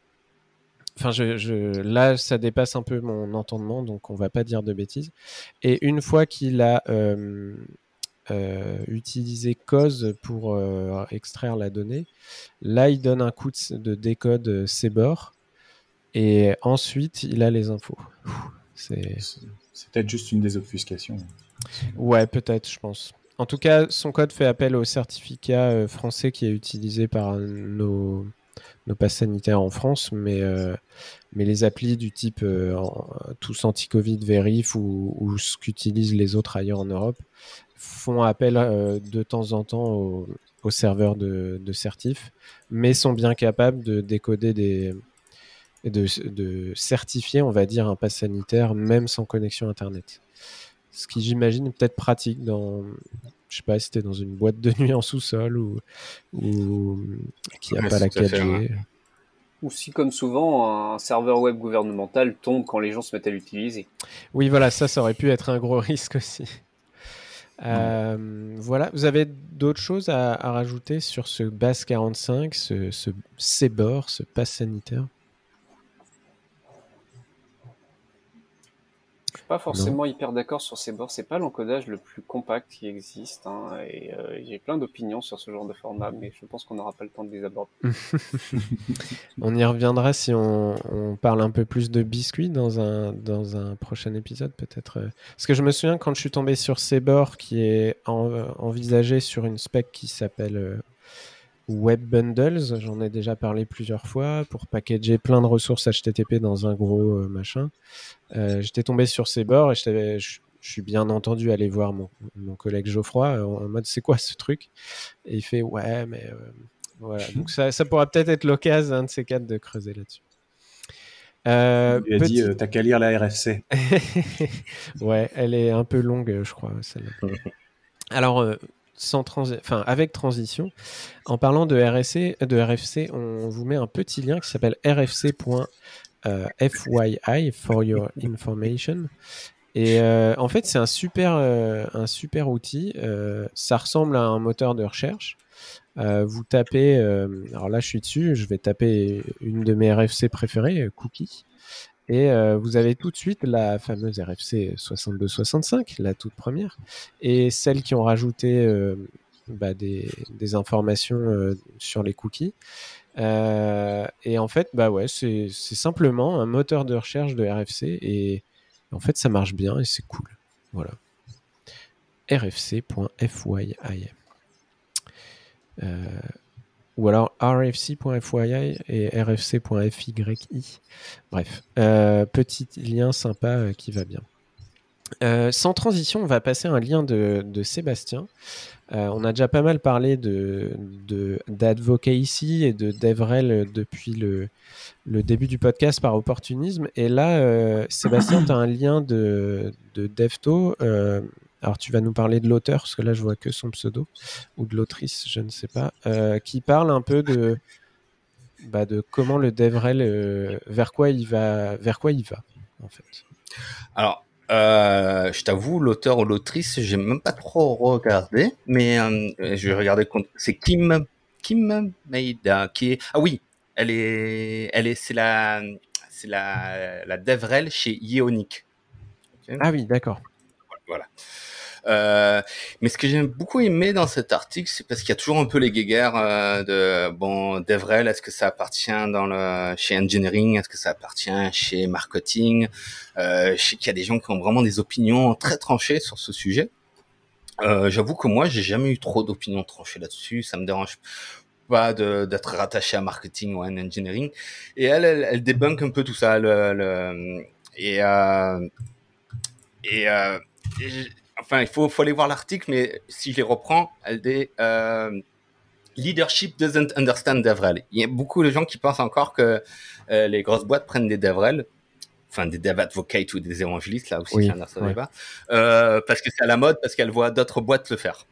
Enfin, je, je, là, ça dépasse un peu mon entendement, donc on ne va pas dire de bêtises. Et une fois qu'il a euh, euh, utilisé cause pour euh, extraire la donnée, là, il donne un coup de, de décode C B O R et ensuite, il a les infos. C'est... c'est, c'est peut-être juste une désobfuscation. Ouais, peut-être, je pense. En tout cas, son code fait appel au certificat euh, français qui est utilisé par nos... nos passes sanitaires en France, mais, euh, mais les applis du type euh, en, tous anti-Covid vérif ou, ou ce qu'utilisent les autres ailleurs en Europe font appel euh, de temps en temps aux au serveurs de, de certif, mais sont bien capables de décoder des... De, de certifier, on va dire, un pass sanitaire même sans connexion Internet. Ce qui, j'imagine, est peut-être pratique dans... Je sais pas si c'était dans une boîte de nuit en sous-sol ou, ou qui n'a Ouais, pas la tout à quatre G. fait, ouais. Ou si, comme souvent, un serveur web gouvernemental tombe quand les gens se mettent à l'utiliser. Oui, voilà, ça, ça aurait pu être un gros risque aussi. Euh, voilà, vous avez d'autres choses à, à rajouter sur ce base quarante-cinq, ce, ce C B O R, ce pass sanitaire? pas forcément non. hyper d'accord sur ces bords. C'est pas l'encodage le plus compact qui existe, hein, et euh, j'ai plein d'opinions sur ce genre de format, mais je pense qu'on n'aura pas le temps de les aborder. On y reviendra si on, on parle un peu plus de biscuits dans un, dans un prochain épisode, peut-être. Parce que je me souviens quand je suis tombé sur Sebor, qui est en, envisagé sur une spec qui s'appelle euh, Web Bundles, j'en ai déjà parlé plusieurs fois, pour packager plein de ressources H T T P dans un gros euh, machin. Euh, j'étais tombé sur Sebor et je, je, je suis bien entendu allé voir mon, mon collègue Geoffroy en, en mode c'est quoi ce truc ? Et il fait ouais, mais euh, voilà. Donc ça, ça pourra peut-être être l'occasion, un de ces quatre, de creuser là-dessus. Euh, il lui a petit... dit euh, t'as qu'à lire la R F C. Ouais, elle est un peu longue, je crois, celle-là. Alors, euh, sans transi... enfin, avec transition, en parlant de R F C, de R F C, on vous met un petit lien qui s'appelle r f c point f y i for your information. Et euh, en fait, c'est un super, euh, un super outil. Euh, ça ressemble à un moteur de recherche. Euh, vous tapez, euh, alors là je suis dessus, je vais taper une de mes R F C préférées, Cookie, et euh, vous avez tout de suite la fameuse R F C soixante-deux soixante-cinq, la toute première, et celles qui ont rajouté euh, bah, des, des informations euh, sur les cookies. Euh, et en fait, bah ouais, c'est, c'est simplement un moteur de recherche de R F C, et en fait ça marche bien et c'est cool. Voilà. r f c point f y i. Euh, ou alors r f c point f y i et r f c point f y i. Bref, euh, petit lien sympa euh, qui va bien. Euh, sans transition, on va passer à un lien de, de Sébastien. Euh, on a déjà pas mal parlé de, de, d'advocacy et de DevRel depuis le, le début du podcast par opportunisme. Et là, euh, Sébastien, tu as un lien de, de DevTo. Euh, alors, tu vas nous parler de l'auteur, parce que là, je vois que son pseudo, ou de l'autrice, je ne sais pas, euh, qui parle un peu de, bah, de comment le DevRel, euh, vers quoi il va, vers quoi il va, en fait. Alors, euh, je t'avoue, l'auteur ou l'autrice, j'ai même pas trop regardé, mais euh, je vais regarder. C'est Kim, Kim Maeda, qui est. Ah oui, elle est, elle est, c'est la, c'est la, la DevRel chez Ionic. Okay. Ah oui, d'accord. Voilà. Euh, mais ce que j'ai beaucoup aimé dans cet article, c'est parce qu'il y a toujours un peu les guéguerres euh, de bon DevRel, est-ce que ça appartient dans le chez engineering, est-ce que ça appartient chez marketing. Euh, je sais qu'il y a des gens qui ont vraiment des opinions très tranchées sur ce sujet. Euh, j'avoue que moi, j'ai jamais eu trop d'opinions tranchées là-dessus. Ça me dérange pas de, d'être rattaché à marketing ou à un engineering. Et elle, elle, elle débunk un peu tout ça. Le, le, et euh, et, euh, et Enfin, il faut, faut aller voir l'article, mais si je les reprends, elle dit euh, Leadership doesn't understand DevRel. Il y a beaucoup de gens qui pensent encore que euh, les grosses boîtes prennent des DevRel, enfin des Dev Advocates ou des évangélistes, là aussi, oui, c'est un autre ouais. débat, euh, parce que c'est à la mode, parce qu'elles voient d'autres boîtes le faire.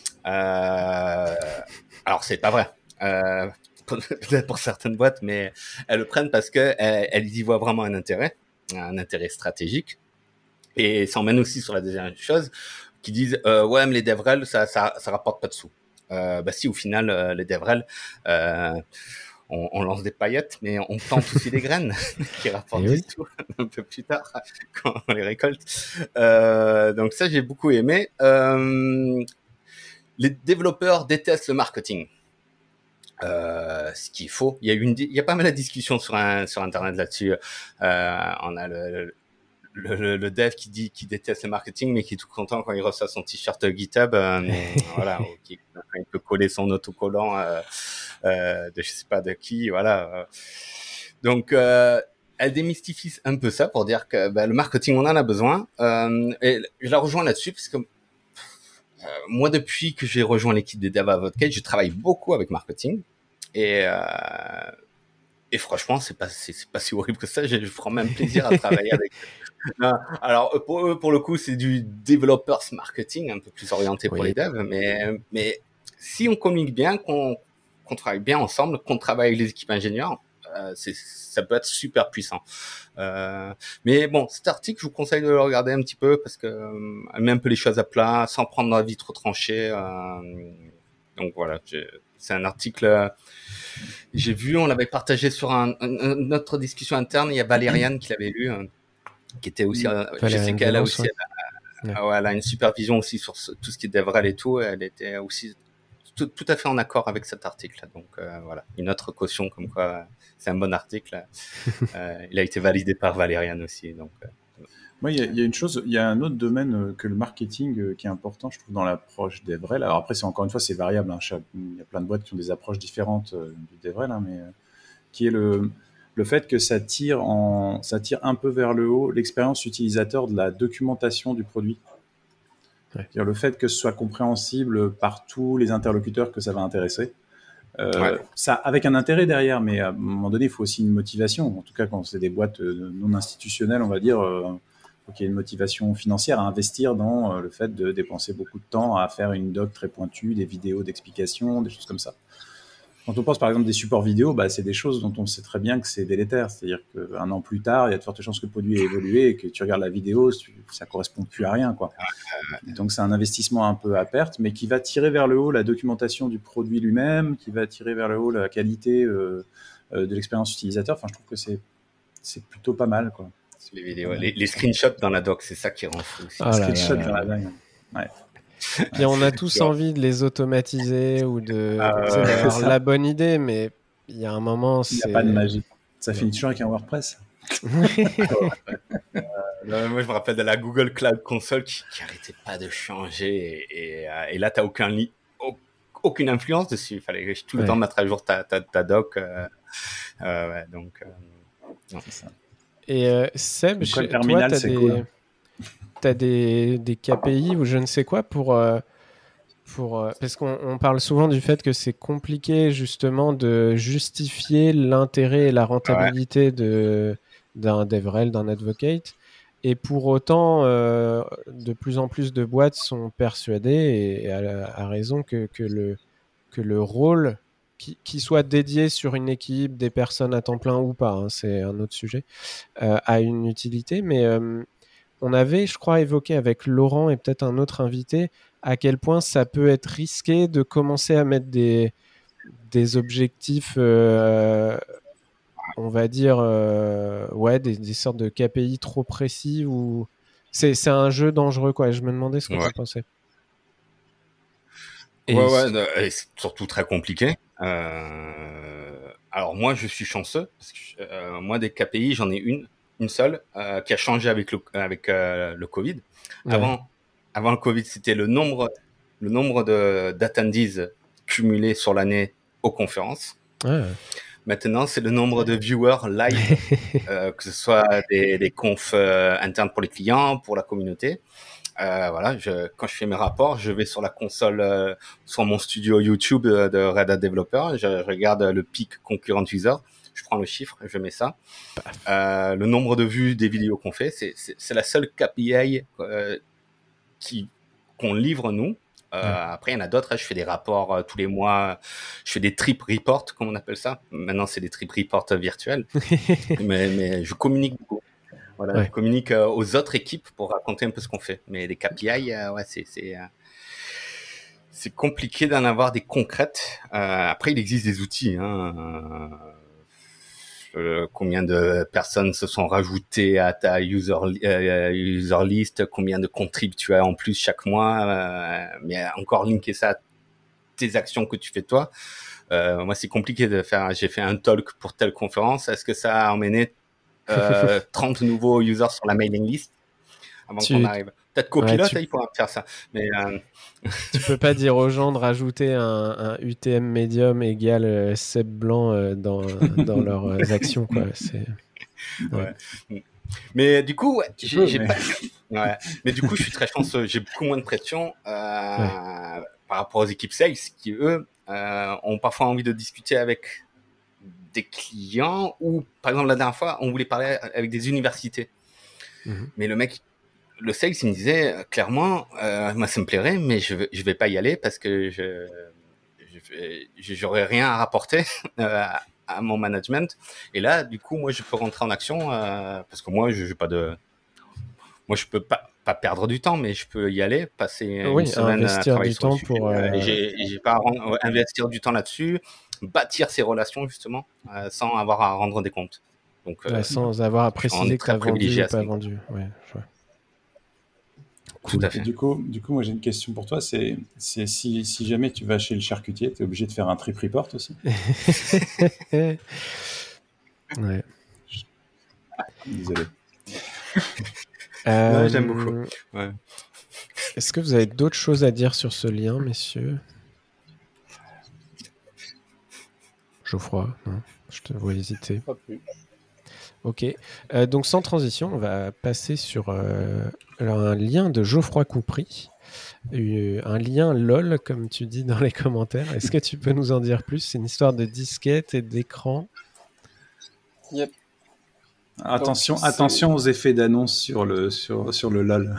Euh, alors, c'est pas vrai. Euh, peut-être pour certaines boîtes, mais elles le prennent parce qu'elles elles y voient vraiment un intérêt, un intérêt stratégique. Et ça emmène aussi sur la deuxième chose, qui disent euh, ouais mais les DevRel ça ça ça rapporte pas de sous. Euh, bah si au final euh, les DevRel euh, on, on lance des paillettes, mais on plante aussi des graines qui rapportent du sous un peu plus tard quand on les récolte. Euh, donc ça j'ai beaucoup aimé. Euh, les développeurs détestent le marketing. Euh, ce qu'il faut. Il y a une, il y a pas mal de discussions sur un sur internet là-dessus. Euh, on a le, le Le, le, le dev qui dit qu'il déteste le marketing, mais qui est tout content quand il reçoit son t-shirt GitHub, euh, voilà, qui, il peut coller son autocollant euh, euh, de je sais pas de qui, voilà. Donc, euh, elle démystifie un peu ça pour dire que bah, le marketing, on en a besoin. Euh, et je la rejoins là-dessus parce que euh, moi, depuis que j'ai rejoint l'équipe des Dev Advocates, je travaille beaucoup avec marketing et euh, et franchement, c'est pas c'est, c'est pas si horrible que ça. Je, je prends même plaisir à travailler avec. Non, alors pour eux, pour le coup, c'est du developers marketing, un peu plus orienté pour oui. les devs. Mais mais si on communique bien, qu'on qu'on travaille bien ensemble, qu'on travaille avec les équipes ingénieurs, euh, c'est ça peut être super puissant. Euh, mais bon, cet article, je vous conseille de le regarder un petit peu parce que euh, elle met un peu les choses à plat, sans prendre l'avis trop tranché. Euh, donc voilà, j'ai, c'est un article. Euh, j'ai vu, on l'avait partagé sur un, un, une autre discussion interne. Il y a Valériane qui l'avait lu. Euh, qui était aussi, euh, je Valériane sais qu'elle a Delance, aussi, ouais. elle a, ouais, elle a une supervision aussi sur ce, tout ce qui est DevRel et tout. Elle était aussi tout, tout à fait en accord avec cet article. Donc euh, voilà, une autre caution comme quoi c'est un bon article. euh, il a été validé par Valériane aussi. Donc euh, Moi, il y, a, il y a une chose, il y a un autre domaine que le marketing qui est important, je trouve, dans l'approche DevRel. Alors après, c'est encore une fois, c'est variable. Hein. Il y a plein de boîtes qui ont des approches différentes du DevRel, hein, mais euh, qui est le, le fait que ça tire, en, ça tire un peu vers le haut l'expérience utilisateur de la documentation du produit. Ouais. C'est-à-dire le fait que ce soit compréhensible par tous les interlocuteurs que ça va intéresser. Euh, ouais. Ça, avec un intérêt derrière, mais à un moment donné, il faut aussi une motivation. En tout cas, quand c'est des boîtes non institutionnelles, on va dire. Euh, Il faut qu'il y ait une motivation financière à investir dans le fait de dépenser beaucoup de temps à faire une doc très pointue, des vidéos d'explication, des choses comme ça. Quand on pense par exemple des supports vidéo, bah, c'est des choses dont on sait très bien que c'est délétère. C'est-à-dire qu'un an plus tard, il y a de fortes chances que le produit ait évolué et que tu regardes la vidéo, ça ne correspond plus à rien, quoi. Donc c'est un investissement un peu à perte, mais qui va tirer vers le haut la documentation du produit lui-même, qui va tirer vers le haut la qualité euh, de l'expérience utilisateur. Enfin, je trouve que c'est, c'est plutôt pas mal, quoi. Les vidéos, les, les screenshots dans la doc, c'est ça qui rend fou aussi. Oh les screenshots dans la doc, ouais. Puis on a tous envie de les automatiser ou de, euh, d'avoir la bonne idée, mais il y a un moment, il n'y a pas de magie. Ça finit toujours avec un WordPress. euh, moi, je me rappelle de la Google Cloud Console qui, qui arrêtait pas de changer et, et, et là, tu n'as aucun li- aucune influence dessus. Il fallait tout le ouais. temps mettre à jour ta, ta, ta doc. Euh, euh, ouais, donc, euh, non, c'est ça. Et euh, Seb, chez, terminal, toi, tu as des, cool. t'as des, des K P I ou je ne sais quoi pour... Euh, pour euh, parce qu'on on parle souvent du fait que c'est compliqué justement de justifier l'intérêt et la rentabilité ouais. de, d'un DevRel, d'un Advocate. Et pour autant, euh, de plus en plus de boîtes sont persuadées, et à, à raison, que, que, le, que le rôle... Qui, qui soit dédié sur une équipe, des personnes à temps plein ou pas, hein, c'est un autre sujet, euh, a une utilité. Mais euh, on avait, je crois, évoqué avec Laurent et peut-être un autre invité à quel point ça peut être risqué de commencer à mettre des, des objectifs, euh, on va dire, euh, ouais, des, des sortes de K P I trop précis. Ou... C'est, c'est un jeu dangereux, quoi. Et je me demandais ce que ouais. tu pensais. Et ouais, ouais, et c'est surtout très compliqué. Euh, alors moi, je suis chanceux parce que euh, moi, des K P I, j'en ai une, une seule euh, qui a changé avec le avec euh, le Covid. Ouais. Avant, avant le Covid, c'était le nombre, le nombre de d'attendees cumulés sur l'année aux conférences. Ouais. Maintenant, c'est le nombre de viewers live, euh, que ce soit des, des confs euh, internes pour les clients, pour la communauté. Euh, voilà, je, quand je fais mes rapports, je vais sur la console, euh, sur mon studio YouTube de, de Red Hat Developer, je, je regarde le pic concurrent user, je prends le chiffre, je mets ça. Euh, le nombre de vues des vidéos qu'on fait, c'est, c'est, c'est la seule K P I euh, qui, qu'on livre nous. Euh, ouais. Après, il y en a d'autres, hein, je fais des rapports euh, tous les mois, je fais des trip reports, comme on appelle ça. Maintenant, c'est des trip reports virtuels, mais, mais je communique beaucoup. Voilà, ouais. Je communique euh, aux autres équipes pour raconter un peu ce qu'on fait. Mais les K P I, euh, ouais, c'est c'est euh, c'est compliqué d'en avoir des concrètes. Euh, après, il existe des outils. Hein. Euh, combien de personnes se sont rajoutées à ta user euh, user list, combien de contribs tu as en plus chaque mois, euh, mais encore linker ça à tes actions que tu fais toi. Euh, moi, c'est compliqué de faire. J'ai fait un talk pour telle conférence. Est-ce que ça a emmené Euh, trente nouveaux users sur la mailing list avant tu... qu'on arrive. Peut-être copilote, ouais, tu... il pourra faire ça. Mais euh... tu peux pas dire aux gens de rajouter un, un U T M Medium égal euh, Seb Blanc euh, dans, dans leurs actions, quoi. C'est... Ouais. Ouais. Mais du coup, ouais, j'ai, peux, j'ai mais... pas. Ouais. Mais du coup, je suis très chanceux. J'ai beaucoup moins de pression euh, ouais. par rapport aux équipes sales qui eux euh, ont parfois envie de discuter avec des clients, ou par exemple la dernière fois on voulait parler avec des universités, mmh. mais le mec, le sales, il me disait euh, clairement euh, moi ça me plairait mais je vais, je vais pas y aller parce que je, je j'aurais rien à rapporter euh, à mon management. Et là du coup moi je peux rentrer en action euh, parce que moi je j'ai pas de moi je peux pas pas perdre du temps, mais je peux y aller, passer oui, une semaine investir à travailler du sur temps le sujet, pour euh... et j'ai, j'ai pas à rendre, investir du temps là-dessus, bâtir ces relations justement euh, sans avoir à rendre des comptes. Donc, ouais, euh, sans avoir à préciser que tu as vendu ou pas ce vendu. Ouais, je vois. Cool. Tout à fait. Et du coup, du coup, moi j'ai une question pour toi. C'est, c'est si, si jamais tu vas chez le charcutier, tu es obligé de faire un trip report aussi. Ouais. Désolé. Euh, non, j'aime beaucoup. Ouais. Est-ce que vous avez d'autres choses à dire sur ce lien, messieurs? Geoffroy, non, je te vois hésiter. Pas plus. Ok, euh, donc sans transition, on va passer sur euh, alors un lien de Geoffroy Coupry, euh, un lien LOL, comme tu dis dans les commentaires. Est-ce que tu peux nous en dire plus? C'est une histoire de disquette et d'écran. Yep. Attention, Donc, attention aux effets d'annonce sur le, sur, sur le LOL.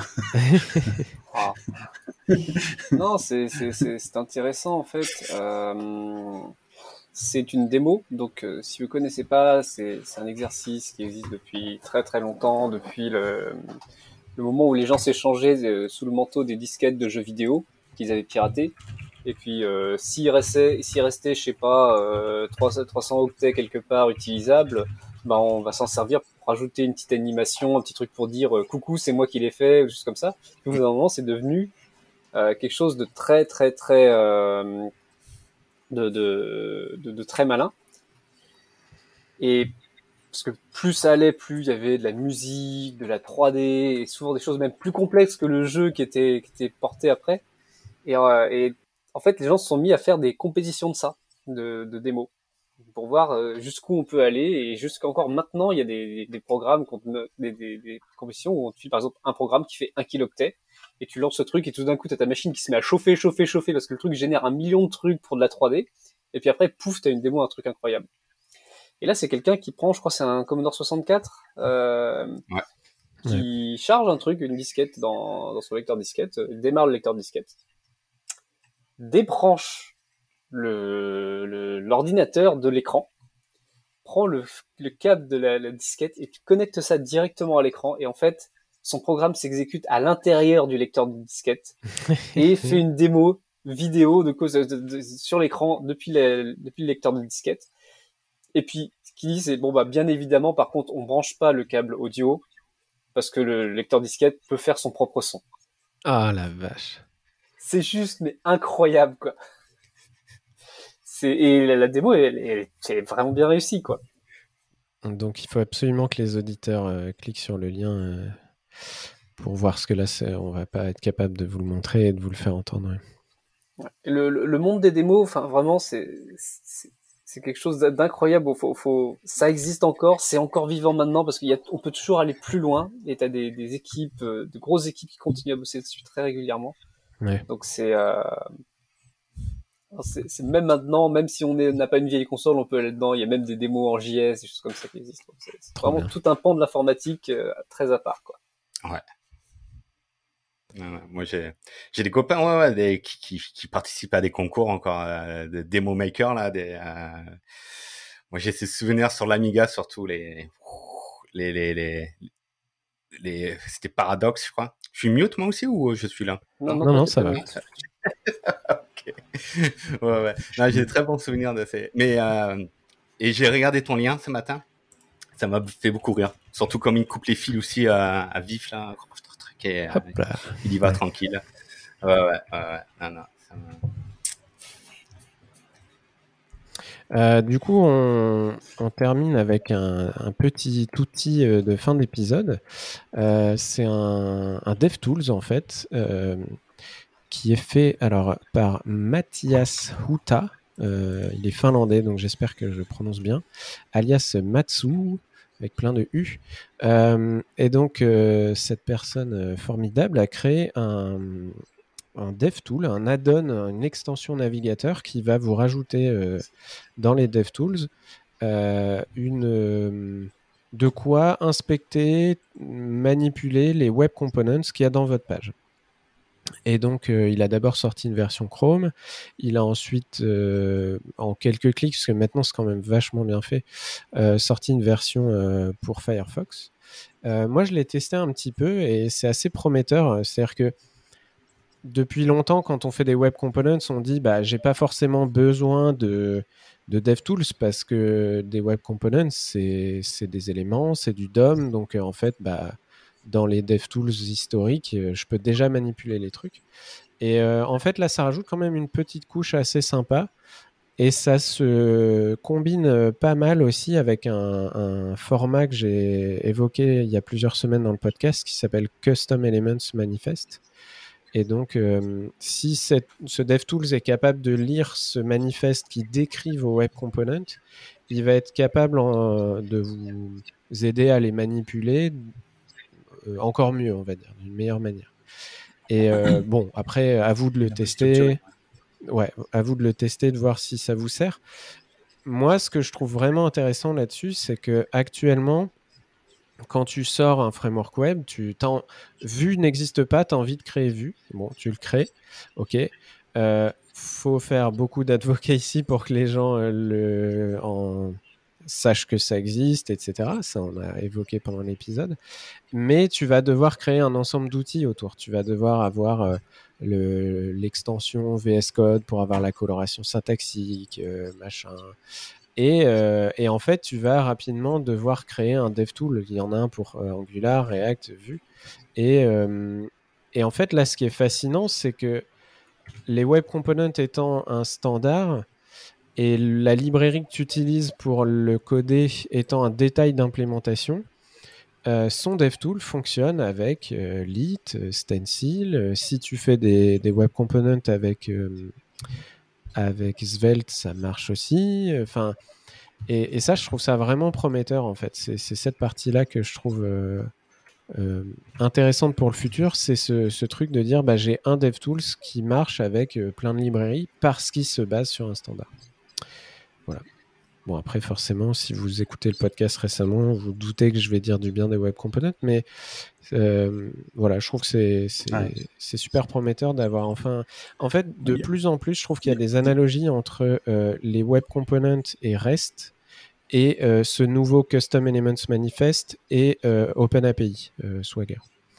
ah. Non, c'est, c'est, c'est, c'est intéressant en fait. Euh, c'est une démo, donc euh, si vous connaissez pas, c'est, c'est un exercice qui existe depuis très très longtemps, depuis le, le moment où les gens s'échangeaient euh, sous le manteau des disquettes de jeux vidéo qu'ils avaient piratés. Et puis euh, s'il restait, s'il restait, je sais pas, euh, trois cents octets quelque part utilisables, ben on va s'en servir pour rajouter une petite animation, un petit truc pour dire euh, coucou, c'est moi qui l'ai fait, ou juste comme ça. Puis au bout d'un moment, c'est devenu euh, quelque chose de très très très euh, de, de, de, de très malin. Et parce que plus ça allait, plus il y avait de la musique, de la trois D, et souvent des choses même plus complexes que le jeu qui était, qui était porté après. Et, euh, et en fait, les gens se sont mis à faire des compétitions de ça, de, de démos, pour voir euh, jusqu'où on peut aller. Et jusqu'encore maintenant, il y a des, des programmes, des, des, des compétitions où on utilise par exemple un programme qui fait un kiloctet, et tu lances ce truc, et tout d'un coup, tu as ta machine qui se met à chauffer, chauffer, chauffer, parce que le truc génère un million de trucs pour de la trois D. Et puis après, pouf, tu as une démo, un truc incroyable. Et là, c'est quelqu'un qui prend, je crois, c'est un Commodore soixante-quatre, euh, ouais. qui ouais. charge un truc, une disquette dans, dans son lecteur disquette, il démarre le lecteur disquette, débranche le, le, l'ordinateur de l'écran, prend le, le câble de la, la disquette et connecte ça directement à l'écran. Et en fait, son programme s'exécute à l'intérieur du lecteur de disquette et fait une démo vidéo de cause de, de, de, sur l'écran depuis, la, depuis le lecteur de disquette. Et puis, ce qu'il dit, c'est bon, bah, bien évidemment, par contre, on branche pas le câble audio parce que le lecteur disquette peut faire son propre son. Ah, la vache. C'est juste, mais incroyable, quoi. C'est, et la, la démo, elle, elle, elle est vraiment bien réussie, quoi. Donc, il faut absolument que les auditeurs euh, cliquent sur le lien euh, pour voir ce que là, c'est, on va pas être capable de vous le montrer et de vous le faire entendre. Ouais. Le, le, le monde des démos, enfin, vraiment, c'est, c'est, c'est quelque chose d'incroyable. Faut, faut, ça existe encore, c'est encore vivant maintenant parce qu'on peut toujours aller plus loin. Et t'as des, des équipes, euh, de grosses équipes qui continuent à bosser dessus très régulièrement. Ouais. Donc c'est, euh, c'est, c'est même maintenant, même si on n'a pas une vieille console, on peut aller dedans. Il y a même des démos en J S, des choses comme ça qui existent. Donc c'est, c'est vraiment bien. Tout un pan de l'informatique euh, très à part, quoi. Ouais. Ouais, moi j'ai j'ai des copains ouais, ouais des, qui, qui qui participent à des concours encore euh, de démo maker là des euh... moi j'ai ces souvenirs sur l'Amiga surtout les les les les, les... c'était Paradox je crois. Je suis mute moi aussi ou je suis là? Non non, non, non ça va. Ok. Ouais ouais. Non, j'ai de très bons souvenirs de ces mais euh... et j'ai regardé ton lien ce matin. Ça m'a fait beaucoup rire. Surtout comme il coupe les fils aussi à, à vif là. Et, euh, il y va ouais. tranquille. Ouais, ouais, ouais. ouais. Non, non, ça euh, du coup, on, on termine avec un, un petit outil de fin d'épisode. Euh, c'est un, un DevTools, en fait, euh, qui est fait alors, par Mathias Huta. Euh, il est finlandais, donc j'espère que je prononce bien. Alias Matsu, avec plein de U. Euh, et donc, euh, cette personne formidable a créé un, un DevTool, un add-on, une extension navigateur qui va vous rajouter euh, dans les DevTools euh, une, euh, de quoi inspecter, manipuler les web components qu'il y a dans votre page. Et donc, euh, il a d'abord sorti une version Chrome. Il a ensuite, euh, en quelques clics, parce que maintenant c'est quand même vachement bien fait, euh, sorti une version euh, pour Firefox. Euh, moi, je l'ai testé un petit peu et c'est assez prometteur. C'est-à-dire que depuis longtemps, quand on fait des web components, on dit bah j'ai pas forcément besoin de de DevTools parce que des web components c'est c'est des éléments, c'est du D O M, donc euh, en fait bah dans les DevTools historiques, euh, je peux déjà manipuler les trucs. Et euh, en fait là, ça rajoute quand même une petite couche assez sympa. Et ça se combine pas mal aussi avec un, un format que j'ai évoqué il y a plusieurs semaines dans le podcast qui s'appelle Custom Elements Manifest. Et donc, euh, si cette, ce DevTools est capable de lire ce manifeste qui décrit vos web components, il va être capable en, de vous aider à les manipuler euh, encore mieux, on va dire, d'une meilleure manière. Et euh, bon, après, à vous de le tester. Ouais, à vous de le tester, de voir si ça vous sert. Moi, ce que je trouve vraiment intéressant là-dessus, c'est que actuellement, quand tu sors un framework web, tu t'en... Vue n'existe pas, tu as envie de créer Vue. Bon, tu le crées, ok. Euh, faut faire beaucoup d'advocacy pour que les gens euh, le... en... sachent que ça existe, et cetera. Ça, on a évoqué pendant l'épisode. Mais tu vas devoir créer un ensemble d'outils autour. Tu vas devoir avoir euh, le, l'extension V S Code pour avoir la coloration syntaxique, euh, machin. Et, euh, et en fait, tu vas rapidement devoir créer un DevTool. Il y en a un pour euh, Angular, React, Vue. Et, euh, et en fait, là, ce qui est fascinant, c'est que les web components étant un standard et la librairie que tu utilises pour le coder étant un détail d'implémentation, Euh, son DevTool fonctionne avec euh, Lit, euh, Stencil. Euh, si tu fais des, des web components avec, euh, avec Svelte, ça marche aussi. Enfin, et, et ça, je trouve ça vraiment prometteur, en fait. C'est, c'est cette partie-là que je trouve euh, euh, intéressante pour le futur. C'est ce, ce truc de dire, bah, j'ai un DevTools qui marche avec euh, plein de librairies parce qu'il se base sur un standard. Voilà. Bon, après, forcément, si vous écoutez le podcast récemment, vous doutez que je vais dire du bien des web components, mais euh, voilà, je trouve que c'est, c'est, Ouais. c'est super prometteur d'avoir enfin... En fait, de Oui. plus en plus, je trouve qu'il y a des analogies entre euh, les web components et REST et euh, ce nouveau Custom Elements Manifest et euh, OpenAPI, euh, Swagger.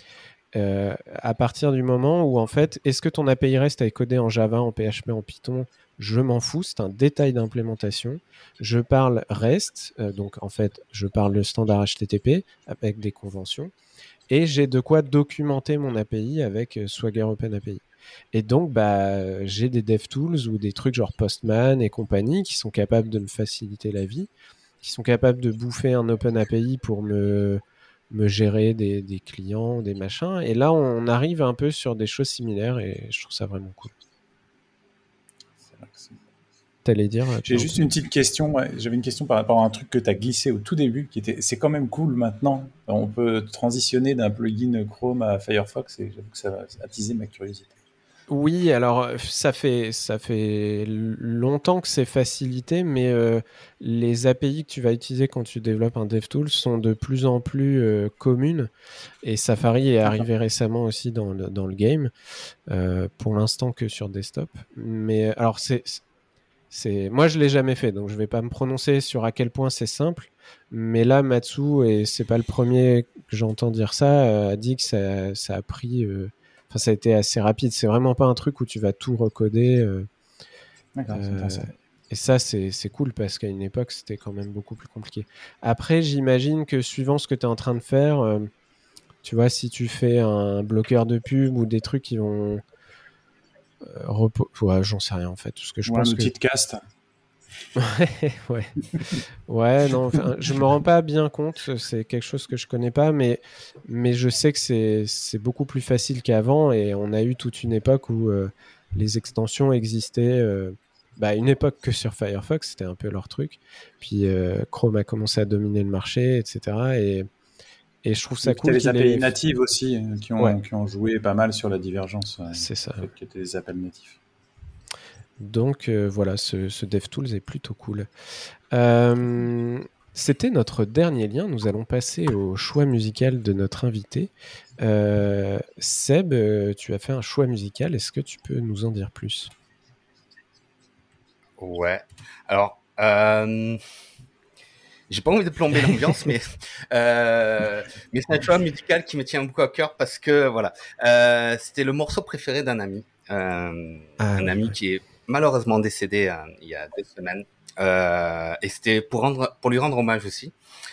Euh, à partir du moment où, en fait, est-ce que ton A P I REST est codé en Java, en P H P, en Python ? Je m'en fous, c'est un détail d'implémentation. Je parle REST, euh, donc en fait, je parle le standard H T T P avec des conventions, et j'ai de quoi documenter mon A P I avec euh, Swagger OpenAPI. Et donc, bah, j'ai des DevTools ou des trucs genre Postman et compagnie qui sont capables de me faciliter la vie, qui sont capables de bouffer un OpenAPI pour me me gérer des, des clients, des machins. Et là, on arrive un peu sur des choses similaires et je trouve ça vraiment cool. C'est vrai que c'est... T'allais dire J'ai juste une petite question. Ouais. J'avais une question par rapport à un truc que tu as glissé au tout début, qui était, c'est quand même cool maintenant. On peut transitionner d'un plugin Chrome à Firefox et j'avoue que ça va attiser ma curiosité. Oui, alors ça fait, ça fait longtemps que c'est facilité, mais euh, les A P I que tu vas utiliser quand tu développes un DevTool sont de plus en plus euh, communes. Et Safari est arrivé récemment aussi dans le, dans le game, euh, pour l'instant que sur desktop. Mais alors, c'est, c'est... moi je ne l'ai jamais fait, donc je ne vais pas me prononcer sur à quel point c'est simple. Mais là, Matsu, et c'est pas le premier que j'entends dire ça, a dit que ça, ça a pris... Euh, Enfin, ça a été assez rapide. C'est vraiment pas un truc où tu vas tout recoder. Euh, D'accord, c'est euh, intéressant. et ça, c'est, c'est cool parce qu'à une époque, c'était quand même beaucoup plus compliqué. Après, j'imagine que suivant ce que tu es en train de faire, euh, tu vois, si tu fais un bloqueur de pub ou des trucs qui vont... Euh, repo... Ouais, j'en sais rien en fait. Tout ce que je Ou pense un outil que... de cast. ouais, ouais. Ouais, non, enfin, je me rends pas bien compte, c'est quelque chose que je connais pas, mais, mais je sais que c'est, c'est beaucoup plus facile qu'avant et on a eu toute une époque où euh, les extensions existaient, euh, bah, une époque que sur Firefox, c'était un peu leur truc, puis euh, Chrome a commencé à dominer le marché, et cetera. Et, et je trouve ça Et puis cool tu as les qu'il A P I ait... natives aussi euh, qui ont, Ouais, qui ont joué pas mal sur la divergence. Euh, c'est ça. le fait qu'il y ait des appels natifs. Donc euh, voilà, ce, ce DevTools est plutôt cool. Euh, c'était notre dernier lien. Nous allons passer au choix musical de notre invité. Euh, Seb, euh, tu as fait un choix musical. Est-ce que tu peux nous en dire plus ? Ouais. Alors, euh, j'ai pas envie de plomber l'ambiance, mais euh, mais c'est un choix musical qui me tient beaucoup à cœur parce que voilà, euh, c'était le morceau préféré d'un ami, euh, ah, un ami ouais. qui est malheureusement décédé euh, il y a deux semaines, euh, et c'était pour rendre pour lui rendre hommage aussi.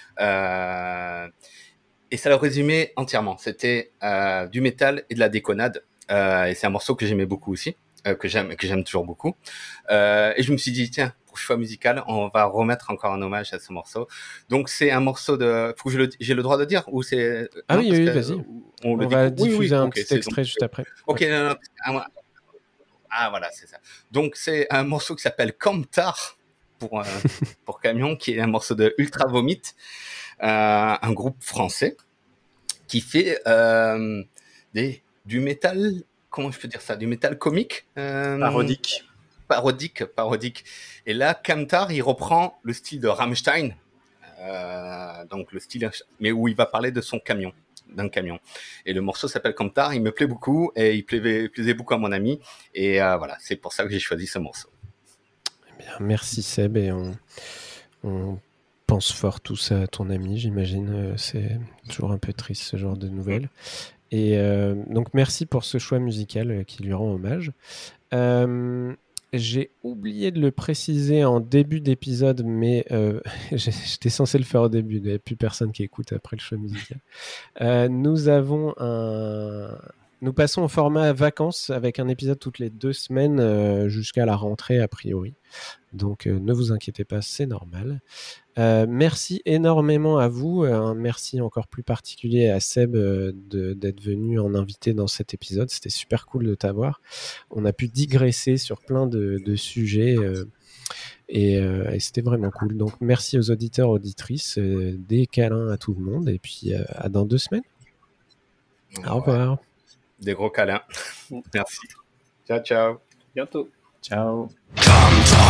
Euh, et ça le résumait entièrement. C'était euh, du métal et de la déconnade, euh, et c'est un morceau que j'aimais beaucoup aussi, euh, que j'aime que j'aime toujours beaucoup. Euh, et je me suis dit tiens. Pour choix musical, on va remettre encore un hommage à ce morceau. Donc c'est un morceau de. Faut que je le... j'ai le droit de dire ou c'est. Ah non, oui, oui, que... vas-y. On, on le va dit... diffuser oui, oui. un okay, petit extrait donc... juste après. Ok, non, non. Ah, ah voilà, c'est ça. Donc c'est un morceau qui s'appelle Camtar pour euh, pour camion, qui est un morceau de Ultra Vomit, euh, un groupe français qui fait euh, des du métal. Comment je peux dire ça? Du métal comique. Euh... Parodique. parodique, parodique. Et là, Camtar, il reprend le style de Rammstein, euh, donc le style, mais où il va parler de son camion, d'un camion. Et le morceau s'appelle Camtar, il me plaît beaucoup et il plaisait, plaisait beaucoup à mon ami. Et euh, voilà, c'est pour ça que j'ai choisi ce morceau. Eh bien, merci Seb, et on, on pense fort tous à ton ami, j'imagine. C'est toujours un peu triste ce genre de nouvelles. Et euh, donc merci pour ce choix musical qui lui rend hommage. Euh, J'ai oublié de le préciser en début d'épisode, mais euh, j'étais censé le faire au début. Il n'y a plus personne qui écoute après le choix musical. Euh, nous avons un... Nous passons au format vacances avec un épisode toutes les deux semaines euh, jusqu'à la rentrée a priori. Donc euh, ne vous inquiétez pas, c'est normal. Euh, merci énormément à vous. Un merci encore plus particulier à Seb euh, de, d'être venu en invité dans cet épisode. C'était super cool de t'avoir. On a pu digresser sur plein de, de sujets euh, et, euh, et c'était vraiment cool. Donc merci aux auditeurs, auditrices, euh, des câlins à tout le monde et puis euh, à dans deux semaines. Ouais. Au revoir. Des gros câlins. Merci. Ciao, ciao. Bientôt. Ciao.